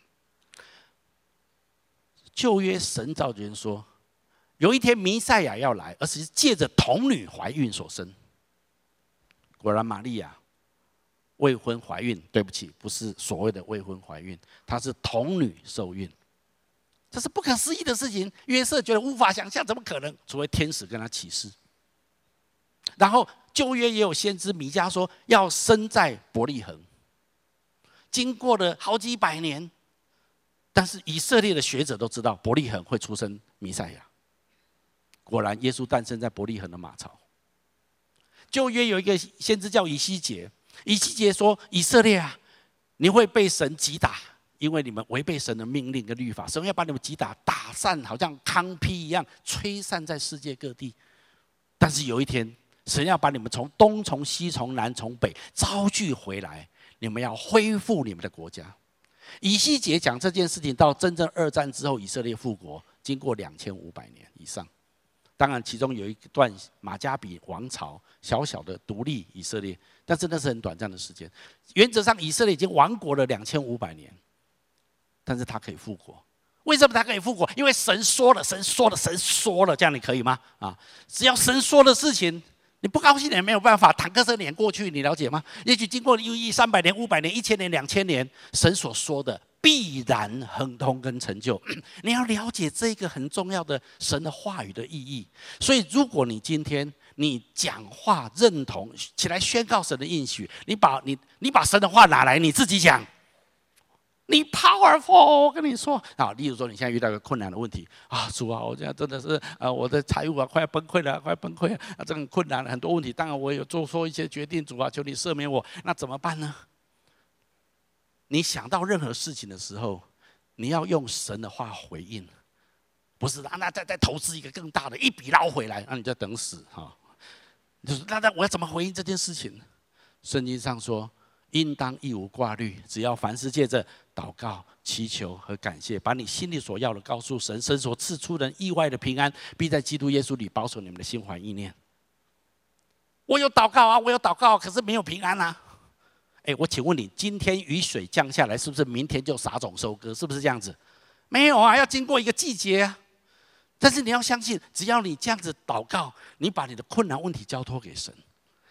旧约神造人说，有一天弥赛亚要来，而是借着童女怀孕所生。果然，玛利亚未婚怀孕，对不起，不是所谓的未婚怀孕，她是童女受孕，这是不可思议的事情。约瑟觉得无法想象，怎么可能？除非天使跟他启示。然后旧约也有先知弥迦说要生在伯利恒，经过了好几百年，但是以色列的学者都知道伯利恒会出生弥赛亚。果然，耶稣诞生在伯利恒的马槽。旧约有一个先知叫以西结，以西结说：“以色列啊，你会被神击打，因为你们违背神的命令跟律法，神要把你们击打打散，好像糠秕一样吹散在世界各地。但是有一天，神要把你们从东、从西、从南、从北招聚回来，你们要恢复你们的国家。”以西结讲这件事情，到真正二战之后，以色列复国，经过两千五百年以上。当然，其中有一段马加比王朝小小的独立以色列，但是那是很短暂的时间。原则上，以色列已经亡国了两千五百年，但是他可以复国。为什么他可以复国？因为神说了，神说了，神说了，这样你可以吗？啊，只要神说的事情，你不高兴也没有办法。坦克车碾过去，你了解吗？也许经过一三百年、五百年、一千年、两千年，神所说的必然亨通跟成就。你要了解这个很重要的神的话语的意义。所以，如果你今天你讲话认同起来宣告神的应许，你把你你把神的话拿来你自己讲，你 powerful。我跟你说啊，例如说你现在遇到一个困难的问题啊，主啊，我现在真的是啊，我的财务啊快要崩溃了，快要崩溃了啊，这很困难，很多问题。当然我有做错一些决定，主啊，求你赦免我。那怎么办呢？你想到任何事情的时候，你要用神的话回应，不是啊，那再再投资一个更大的，一笔捞回来，那你就等死哈。就是那那我要怎么回应这件事情？圣经上说，应当一无挂虑，只要凡事借着祷告、祈求和感谢，把你心里所要的告诉神，神所赐出人意外的平安，必在基督耶稣里保守你们的心怀意念。我有祷告啊，我有祷告，可是没有平安啊。哎，我请问你，今天雨水降下来，是不是明天就撒种收割？是不是这样子？没有啊，要经过一个季节啊。但是你要相信，只要你这样子祷告，你把你的困难问题交托给神，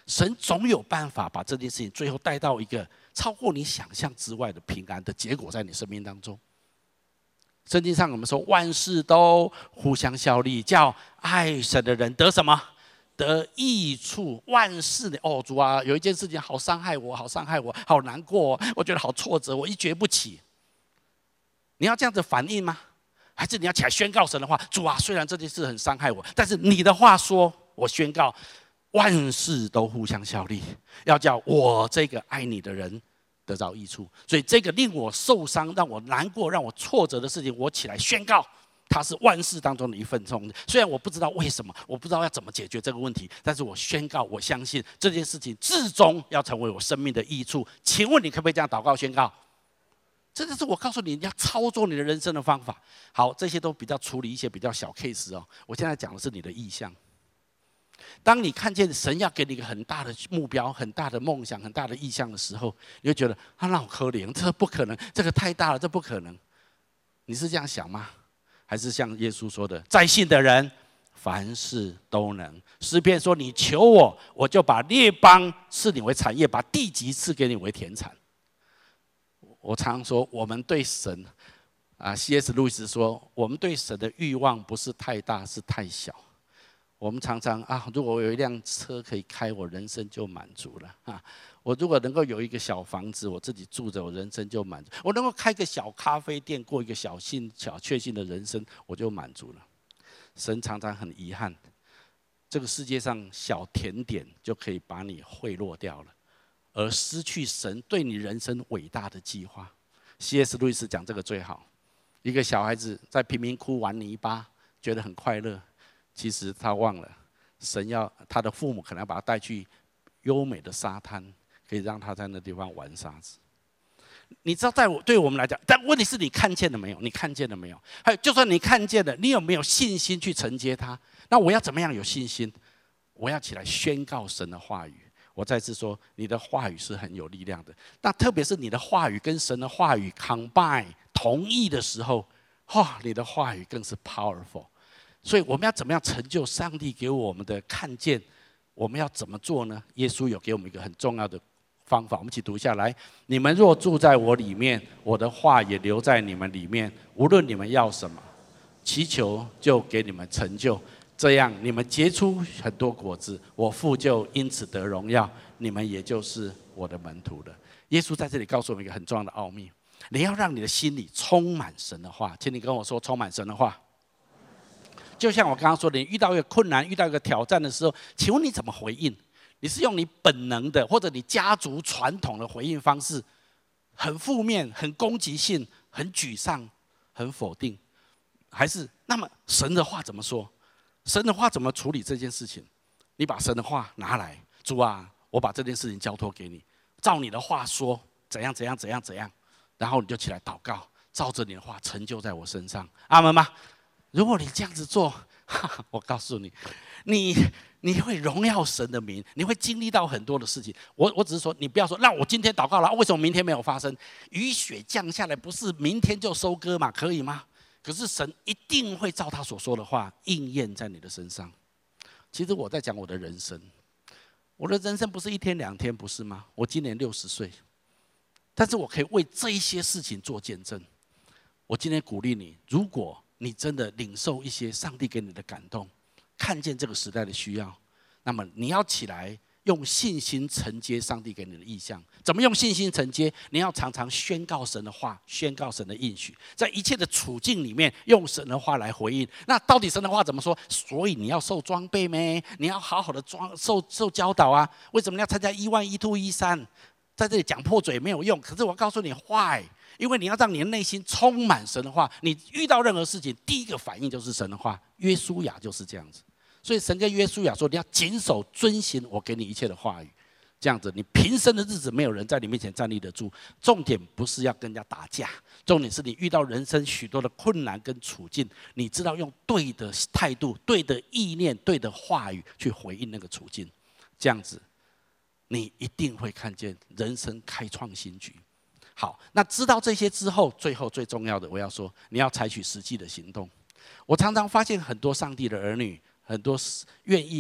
神总有办法把这件事情最后带到一个超过你想象之外的平安的结果在你生命当中。圣经上我们说万事都互相效力，叫爱神的人得什么？得益处。万事的哦，主啊，有一件事情好伤害我，好伤害我，好难过、哦，我觉得好挫折，我一蹶不起。你要这样子反应吗？还是你要起来宣告神的话？主啊，虽然这件事很伤害我，但是你的话说，我宣告万事都互相效力，要叫我这个爱你的人得到益处。所以这个令我受伤、让我难过、让我挫折的事情，我起来宣告，它是万事当中的一份重。虽然我不知道为什么，我不知道要怎么解决这个问题，但是我宣告，我相信这件事情至终要成为我生命的益处。请问你可不可以这样祷告宣告？这就是我告诉你，你要操作你的人生的方法。好，这些都比较处理一些比较小 case 哦。我现在讲的是你的意向。当你看见神要给你一个很大的目标、很大的梦想、很大的意向的时候，你会觉得啊，那好可怜，这不可能，这个太大了，这不可能。你是这样想吗？还是像耶稣说的，在信的人凡事都能。诗篇说：“你求我，我就把列邦赐你为产业，把地级赐给你为田产。”我常说，我们对神啊 ，C S 路易斯说，我们对神的欲望不是太大，是太小。我们常常啊，如果我有一辆车可以开，我人生就满足了啊！我如果能够有一个小房子，我自己住着，我人生就满足。我能够开个小咖啡店，过一个小幸小确幸的人生，我就满足了。神常常很遗憾，这个世界上小甜点就可以把你贿赂掉了，而失去神对你人生伟大的计划。C S 路易斯讲这个最好：一个小孩子在贫民窟玩泥巴，觉得很快乐。其实他忘了，神要他的父母可能要把他带去优美的沙滩，可以让他在那地方玩沙子。你知道，在我对我们来讲，但问题是你看见了没有？你看见了没有？还有，就算你看见了，你有没有信心去承接它？那我要怎么样有信心？我要起来宣告神的话语。我再次说，你的话语是很有力量的。那特别是你的话语跟神的话语 combine 同意的时候，哇，你的话语更是 powerful。所以我们要怎么样成就上帝给我们的看见？我们要怎么做呢？耶稣有给我们一个很重要的方法，我们一起读下来：你们若住在我里面，我的话也留在你们里面。无论你们要什么，祈求就给你们成就。这样你们结出很多果子，我父就因此得荣耀，你们也就是我的门徒了。耶稣在这里告诉我们一个很重要的奥秘：你要让你的心里充满神的话。请你跟我说，充满神的话。就像我刚刚说的，你遇到一个困难、遇到一个挑战的时候，请问你怎么回应？你是用你本能的，或者你家族传统的回应方式，很负面、很攻击性、很沮丧、很否定，还是那么神的话怎么说？神的话怎么处理这件事情？你把神的话拿来，主啊，我把这件事情交托给你，照你的话说，怎样怎样怎样怎样，然后你就起来祷告，照着你的话成就在我身上，阿们吗？如果你这样子做，我告诉你，你你会荣耀神的名，你会经历到很多的事情。我我只是说，你不要说，那我今天祷告了，为什么明天没有发生？雨雪降下来，不是明天就收割嘛？可以吗？可是神一定会照他所说的话应验在你的身上。其实我在讲我的人生，我的人生不是一天两天，不是吗？我今年六十岁，但是我可以为这一些事情做见证。我今天鼓励你，如果你真的领受一些上帝给你的感动，看见这个时代的需要，那么你要起来用信心承接上帝给你的意向。怎么用信心承接？你要常常宣告神的话，宣告神的应许，在一切的处境里面用神的话来回应。那到底神的话怎么说？所以你要受装备咩？你要好好的装受受教导啊！为什么你要参加一万一 two 一三？在这里讲破嘴没有用，可是我告诉你 why。因为你要让你的内心充满神的话，你遇到任何事情，第一个反应就是神的话。约书亚就是这样子，所以神跟约书亚说：“你要谨守遵行我给你一切的话语。”这样子，你平生的日子没有人在你面前站立得住。重点不是要跟人家打架，重点是你遇到人生许多的困难跟处境，你知道用对的态度、对的意念、对的话语去回应那个处境。这样子，你一定会看见人生开创新局。好，那知道这些之后，最后最重要的，我要说，你要采取实际的行动。我常常发现很多上帝的儿女，很多愿意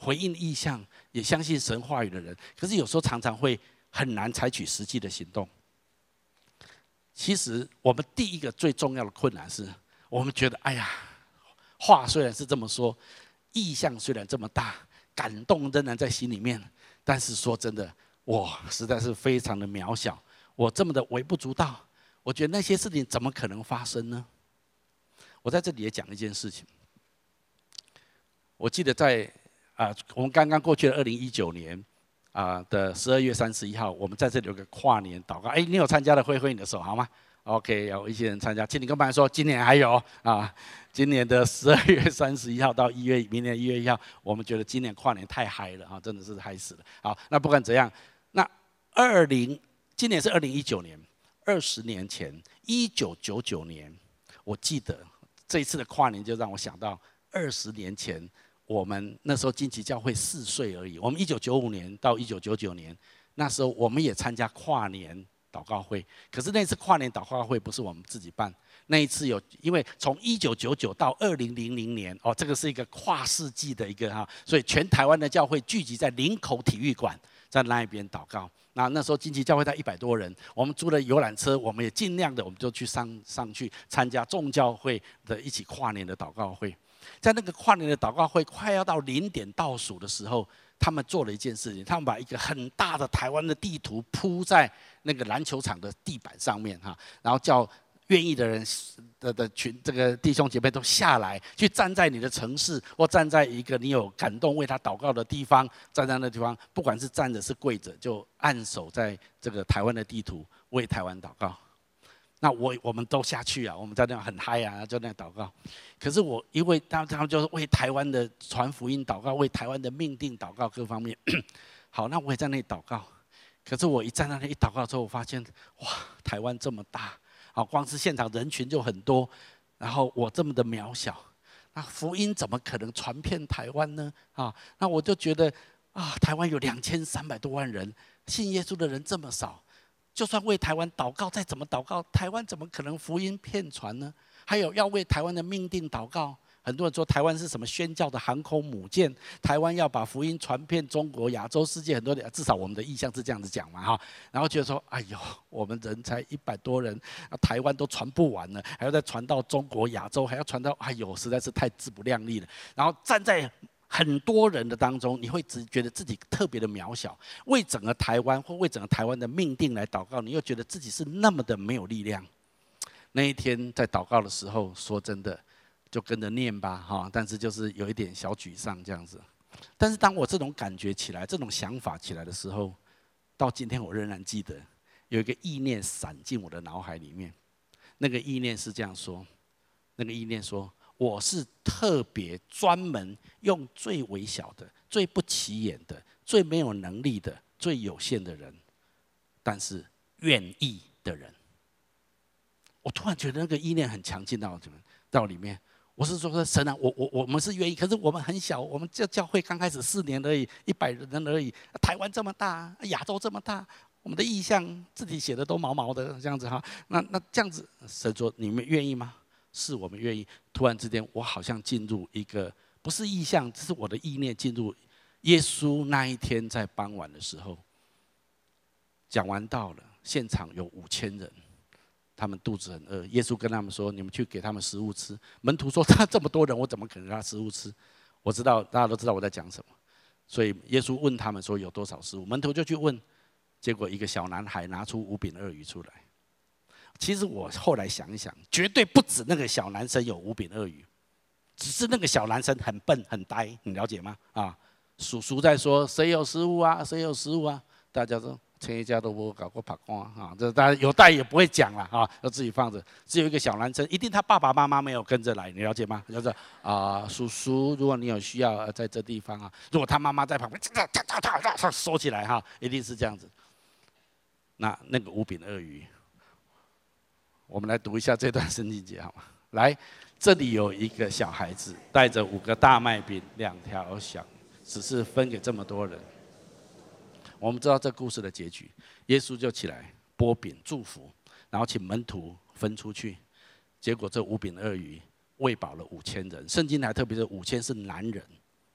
回应意象，也相信神话语的人，可是有时候常常会很难采取实际的行动。其实我们第一个最重要的困难是，我们觉得，哎呀，话虽然是这么说，意象虽然这么大，感动仍然在心里面，但是说真的，我实在是非常的渺小，我这么的微不足道，我觉得那些事情怎么可能发生呢？我在这里也讲一件事情，我记得在啊、呃，我们刚刚过去的二零一九年啊、呃、的十二月三十一号，我们在这里有个跨年祷告。哎，你有参加的挥挥你的手好吗 ？OK， 有一些人参加，请你跟朋友说，今年还有啊，今年的十二月三十一号到一月，明年一月一号，我们觉得今年跨年太嗨了啊，真的是嗨死了。好，那不管怎样，那二零今年是二零一九年，二十年前，一九九九年，我记得这一次的跨年就让我想到二十年前。我们那时候金旗教会四岁而已，我们一九九五年到一九九九年，那时候我们也参加跨年祷告会，可是那次跨年祷告会不是我们自己办，那一次有，因为从一九九九到二零零零年，哦，这个是一个跨世纪的一个哈，所以全台湾的教会聚集在林口体育馆，在那一边祷告。那那时候金旗教会在一百多人，我们租了游览车，我们也尽量的，我们就去上上去参加众教会的一起跨年的祷告会。在那个跨年的祷告会快要到零点倒数的时候，他们做了一件事情，他们把一个很大的台湾的地图铺在那个篮球场的地板上面哈，然后叫愿意的人的的群这个弟兄姐妹都下来，去站在你的城市或站在一个你有感动为他祷告的地方，站在那地方，不管是站着是跪着，就按手在这个台湾的地图为台湾祷告。那我我们都下去啊，我们在那很嗨啊，就那祷告。可是我因为他们他们就是为台湾的传福音祷告，为台湾的命定祷告各方面。好，那我也在那里祷告。可是我一站在那里一祷告之后，我发现哇，台湾这么大，啊，光是现场人群就很多，然后我这么的渺小，那福音怎么可能传遍台湾呢？啊，那我就觉得啊，台湾有两千三百多万人，信耶稣的人这么少。就算为台湾祷告，再怎么祷告，台湾怎么可能福音遍传呢？还有要为台湾的命定祷告，很多人说台湾是什么宣教的航空母舰，台湾要把福音传遍中国、亚洲、世界很多的，至少我们的意向是这样子讲嘛哈。然后觉得说，哎呦，我们人才一百多人，台湾都传不完了，还要再传到中国、亚洲，还要传到，哎呦，实在是太自不量力了。然后站在很多人的当中，你会只觉得自己特别的渺小，为整个台湾或为整个台湾的命定来祷告，你又觉得自己是那么的没有力量。那一天在祷告的时候，说真的，就跟着念吧哈，但是就是有一点小沮丧这样子。但是当我这种感觉起来，这种想法起来的时候，到今天我仍然记得有一个意念闪进我的脑海里面，那个意念是这样说，那个意念说。我是特别专门用最微小的、最不起眼的、最没有能力的、最有限的人，但是愿意的人。我突然觉得那个意念很强劲到怎么到里面。我是说神啊，我我我们是愿意，可是我们很小，我们这教会刚开始四年而已，一百人而已。台湾这么大，亚洲这么大，我们的意向自己写的都毛毛的这样子哈。那那这样子，神说你们愿意吗？是我们愿意。突然之间，我好像进入一个不是意象，这是我的意念进入耶稣那一天在傍晚的时候，讲完道了，现场有五千人，他们肚子很饿。耶稣跟他们说：“你们去给他们食物吃。”门徒说：“他这么多人，我怎么可能给他食物吃？”我知道大家都知道我在讲什么，所以耶稣问他们说：“有多少食物？”门徒就去问，结果一个小男孩拿出五饼二鱼出来。其实我后来想一想，绝对不止那个小男生有五饼二鱼，只是那个小男生很笨很呆，你了解吗？啊，叔叔在说谁有食物啊？谁有食物啊？大家说陈一家都没搞过爬光啊，这大家有带也不会讲了啊，要自己放着。只有一个小男生，一定他爸爸妈妈没有跟着来，你了解吗？就是啊，叔叔，如果你有需要，在这地方啊，如果他妈妈在旁边，收起来哈，一定是这样子。那那个五饼二鱼。我们来读一下这段圣经节好吗？来，这里有一个小孩子带着五个大麦饼、两条小，只是分给这么多人。我们知道这故事的结局，耶稣就起来拨饼祝福，然后请门徒分出去。结果这五饼二鱼喂饱了五千人。圣经还特别是五千是男人，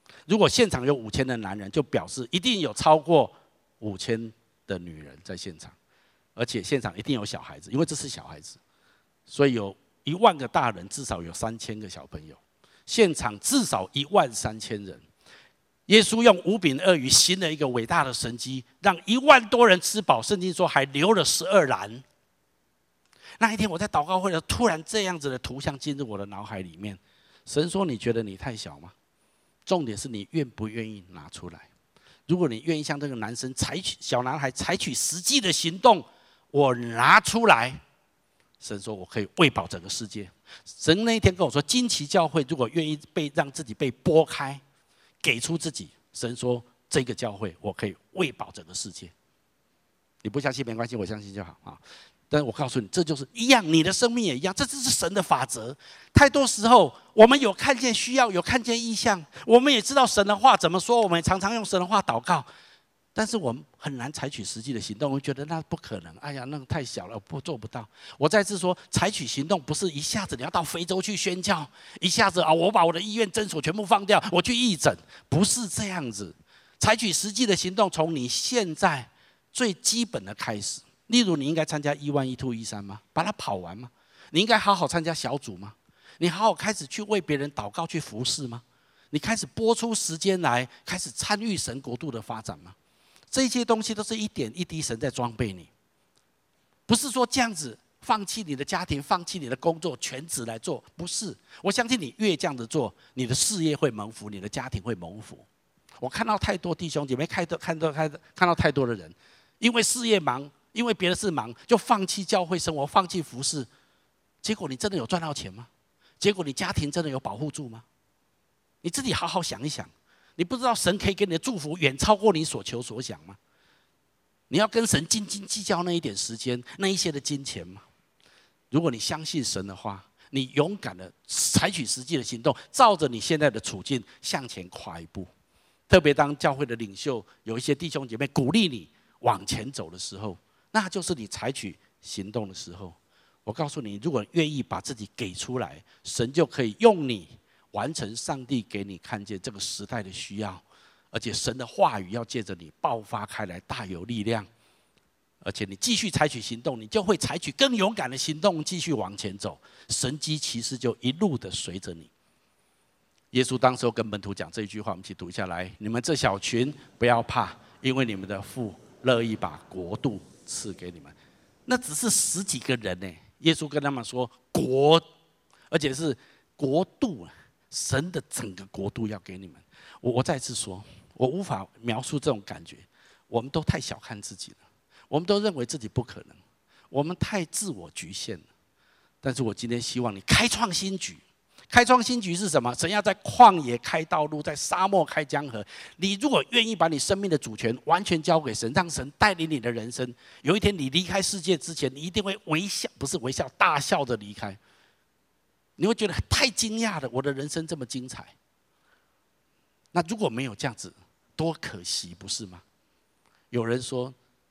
如果现场有五千的男人，就表示一定有超过五千的女人在现场，而且现场一定有小孩子，因为这是小孩子，所以有一万个大人，至少有三千个小朋友，现场至少一万三千人。耶稣用五饼二鱼行了一个伟大的神迹，让一万多人吃饱。圣经说还留了十二篮。那一天我在祷告会的时候，突然这样子的图像进入我的脑海里面。神说：“你觉得你太小吗？重点是你愿不愿意拿出来。如果你愿意像这个男生采取小男孩采取实际的行动，我拿出来。”神说：“我可以喂饱整个世界。”神那一天跟我说：“惊奇教会如果愿意被让自己被拨开，给出自己，神说这个教会我可以喂饱整个世界。”你不相信没关系，我相信就好啊。但是我告诉你，这就是一样，你的生命也一样，这就是神的法则。太多时候，我们有看见需要，有看见意向，我们也知道神的话怎么说，我们也常常用神的话祷告，但是我们很难采取实际的行动。我们觉得那不可能，哎呀，那个太小了，我不做不到。我再次说，采取行动不是一下子你要到非洲去宣教，一下子啊，我把我的医院诊所全部放掉，我去义诊，不是这样子。采取实际的行动，从你现在最基本的开始。例如，你应该参加一万一 two 一三吗？把它跑完吗？你应该好好参加小组吗？你好好开始去为别人祷告、去服侍吗？你开始拨出时间来，开始参与神国度的发展吗？这些东西都是一点一滴神在装备你，不是说这样子放弃你的家庭、放弃你的工作、全职来做，不是。我相信你越这样子做，你的事业会蒙福，你的家庭会蒙福。我看到太多弟兄姐妹，看到看到看到看到太多的人，因为事业忙。因为别的事忙，就放弃教会生活，放弃服事，结果你真的有赚到钱吗？结果你家庭真的有保护住吗？你自己好好想一想，你不知道神可以给你的祝福远超过你所求所想吗？你要跟神斤斤计较那一点时间、那一些的金钱吗？如果你相信神的话，你勇敢的采取实际的行动，照着你现在的处境向前跨一步。特别当教会的领袖有一些弟兄姐妹鼓励你往前走的时候，那就是你采取行动的时候。我告诉你，如果愿意把自己给出来，神就可以用你完成上帝给你看见这个时代的需要，而且神的话语要借着你爆发开来，大有力量。而且你继续采取行动，你就会采取更勇敢的行动，继续往前走，神迹奇事就一路的随着你。耶稣当时跟门徒讲这一句话，我们一起读下来：你们这小群不要怕，因为你们的父乐意把国度赐给你们。那只是十几个人呢，耶稣跟他们说国，而且是国度，神的整个国度要给你们。我我再次说，我无法描述这种感觉。我们都太小看自己了，我们都认为自己不可能，我们太自我局限了。但是我今天希望你开创新局。开创新局是什么？神要在旷野开道路，在沙漠开江河。你如果愿意把你生命的主权完全交给神，让神带领你的人生，有一天你离开世界之前，你一定会微笑，不是微笑，大笑着离开。你会觉得太惊讶了，我的人生这么精彩。那如果没有这样子，多可惜，不是吗？有人说，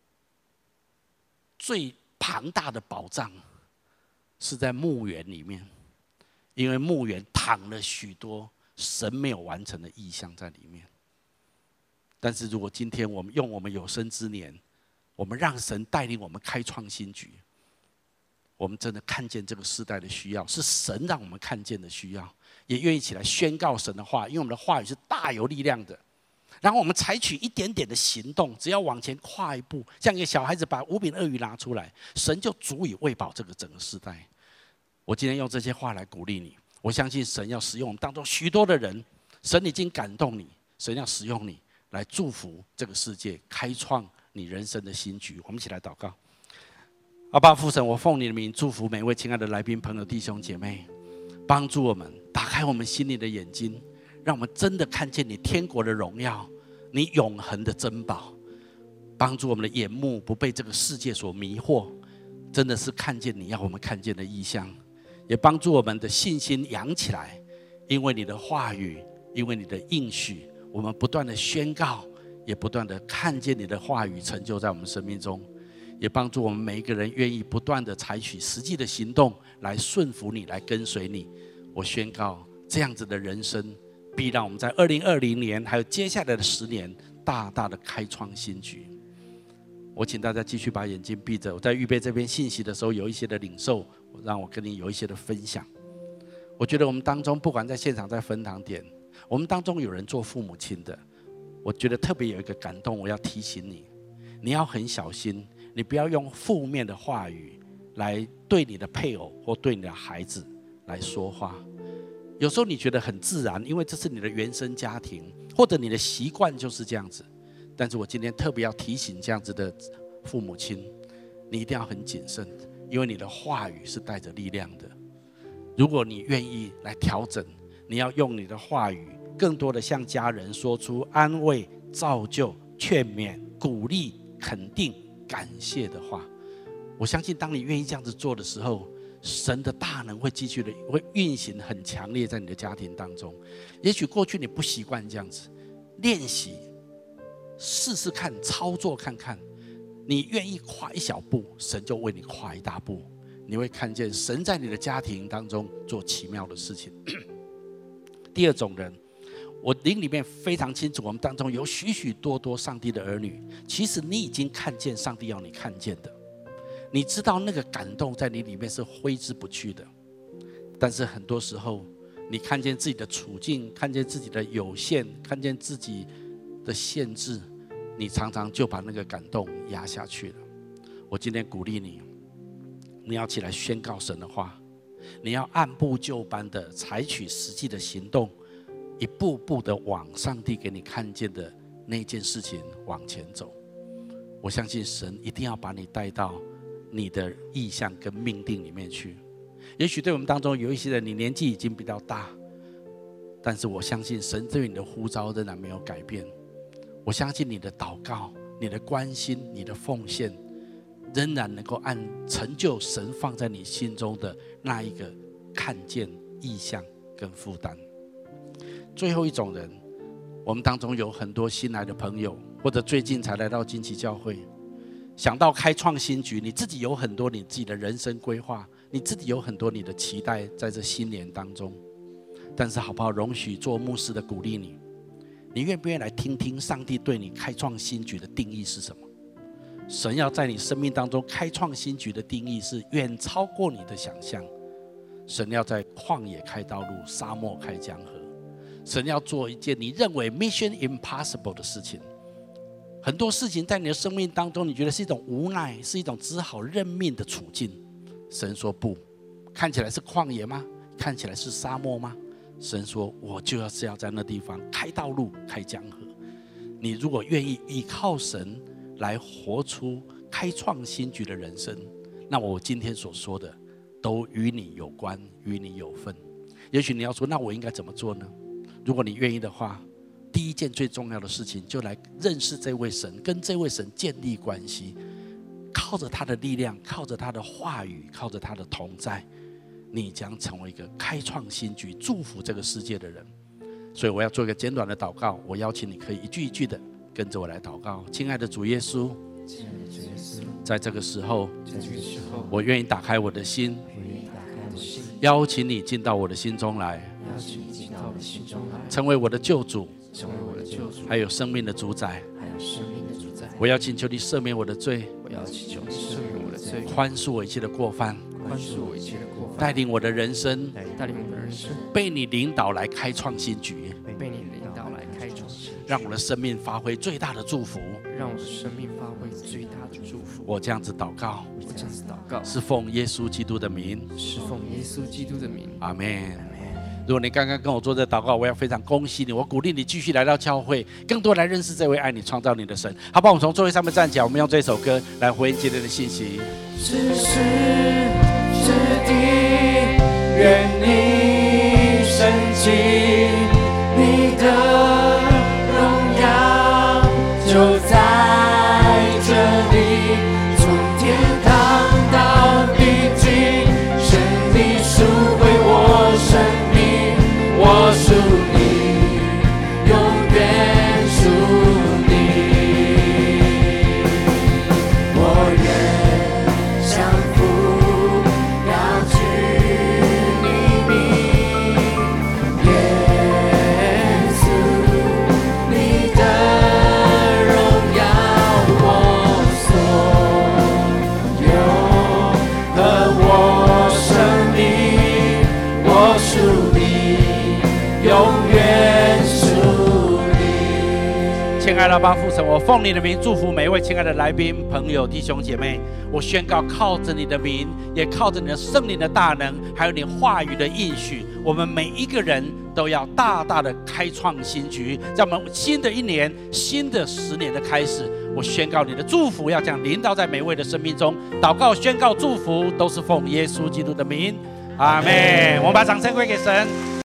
最庞大的宝藏是在墓园里面。因为墓园躺了许多神没有完成的意象在里面。但是如果今天我们用我们有生之年，我们让神带领我们开创新局，我们真的看见这个时代的需要，是神让我们看见的需要，也愿意起来宣告神的话，因为我们的话语是大有力量的。然后我们采取一点点的行动，只要往前跨一步，像一个小孩子把五饼二鱼拿出来，神就足以喂饱这个整个时代。我今天用这些话来鼓励你，我相信神要使用我们当中许多的人，神已经感动你，神要使用你来祝福这个世界，开创你人生的新局。我们一起来祷告。阿爸父神，我奉你的名祝福每位亲爱的来宾朋友弟兄姐妹，帮助我们打开我们心里的眼睛，让我们真的看见你天国的荣耀，你永恒的珍宝，帮助我们的眼目不被这个世界所迷惑，真的是看见你要我们看见的意象。也帮助我们的信心扬起来，因为你的话语，因为你的应许，我们不断的宣告，也不断的看见你的话语成就在我们生命中。也帮助我们每一个人愿意不断的采取实际的行动来顺服你，来跟随你。我宣告这样子的人生必让我们在二零二零年还有接下来的十年大大的开创新局。我请大家继续把眼睛闭着。我在预备这篇信息的时候，有一些的领受，让我跟你有一些的分享。我觉得我们当中，不管在现场在分堂点，我们当中有人做父母亲的，我觉得特别有一个感动，我要提醒你，你要很小心，你不要用负面的话语来对你的配偶或对你的孩子来说话。有时候你觉得很自然，因为这是你的原生家庭，或者你的习惯就是这样子。但是我今天特别要提醒这样子的父母亲，你一定要很谨慎，因为你的话语是带着力量的。如果你愿意来调整，你要用你的话语更多的向家人说出安慰、造就、劝勉、鼓励、肯定、感谢的话。我相信当你愿意这样子做的时候，神的大能会继续的会运行很强烈在你的家庭当中。也许过去你不习惯这样子练习，试试看，操作看看，你愿意跨一小步，神就为你跨一大步。你会看见神在你的家庭当中做奇妙的事情。第二种人，我灵里面非常清楚，我们当中有许许多多上帝的儿女，其实你已经看见上帝要你看见的，你知道那个感动在你里面是挥之不去的。但是很多时候，你看见自己的处境，看见自己的有限，看见自己的限制，你常常就把那个感动压下去了。我今天鼓励你，你要起来宣告神的话，你要按部就班的采取实际的行动，一步步的往上帝给你看见的那件事情往前走。我相信神一定要把你带到你的意向跟命定里面去。也许对我们当中有一些人，你年纪已经比较大，但是我相信神对你的呼召仍然没有改变。我相信你的祷告、你的关心、你的奉献，仍然能够按成就神放在你心中的那一个看见、意向跟负担。最后一种人，我们当中有很多新来的朋友，或者最近才来到金旗教会，想到开创新局，你自己有很多你自己的人生规划，你自己有很多你的期待在这新年当中。但是好不好，容许做牧师的鼓励你，你愿不愿意来听听上帝对你开创新局的定义是什么？神要在你生命当中开创新局的定义是远超过你的想象。神要在旷野开道路，沙漠开江河。神要做一件你认为 mission impossible 的事情。很多事情在你的生命当中，你觉得是一种无奈，是一种只好认命的处境。神说不，看起来是旷野吗？看起来是沙漠吗？神说我就要是要在那地方开道路，开江河。你如果愿意依靠神来活出开创新局的人生，那我今天所说的都与你有关，与你有份。也许你要说，那我应该怎么做呢？如果你愿意的话，第一件最重要的事情，就来认识这位神，跟这位神建立关系，靠着他的力量，靠着他的话语，靠着他的同在，你将成为一个开创新局、祝福这个世界的人。所以我要做一个简短的祷告，我邀请你可以一句一句的跟着我来祷告。亲爱的主耶稣，在这个时候，我愿意打开我的心，邀請你進到我的心中來，成為我的救主，還有生命的主宰。我要請求你赦免我的罪，寬恕我一切的過犯，帶領我的人生被你領導來開創新局，讓我的生命發揮最大的祝福。讓我的生命發揮最大的祝福。我這樣子禱告，我這樣子禱告，是奉耶穌基督的名，是奉耶穌基督的名。阿們。如果你剛剛跟我做這禱告，我要非常恭喜你，我鼓勵你繼續來到教會，更多來認識這位愛你、創造你的神。好不好？我們從座位上面站起來，我們用這首歌來回應今天的信息。世世之地，願你升起，你的榮耀就在這裡，從天堂到地極，神你贖回我生命，我屬你，永遠屬你。我願降服，要居你名，耶拉巴父神，我奉你的名祝福每一位亲爱的来宾、朋友、弟兄姐妹。我宣告，靠着你的名，也靠着你的圣灵的大能，还有你话语的应许，我们每一个人都要大大的开创新局，在我们新的一年、新的十年的开始。我宣告你的祝福要这样临到在每位的生命中。祷告、宣告、祝福，都是奉耶稣基督的名，阿们。我们把掌声归给神。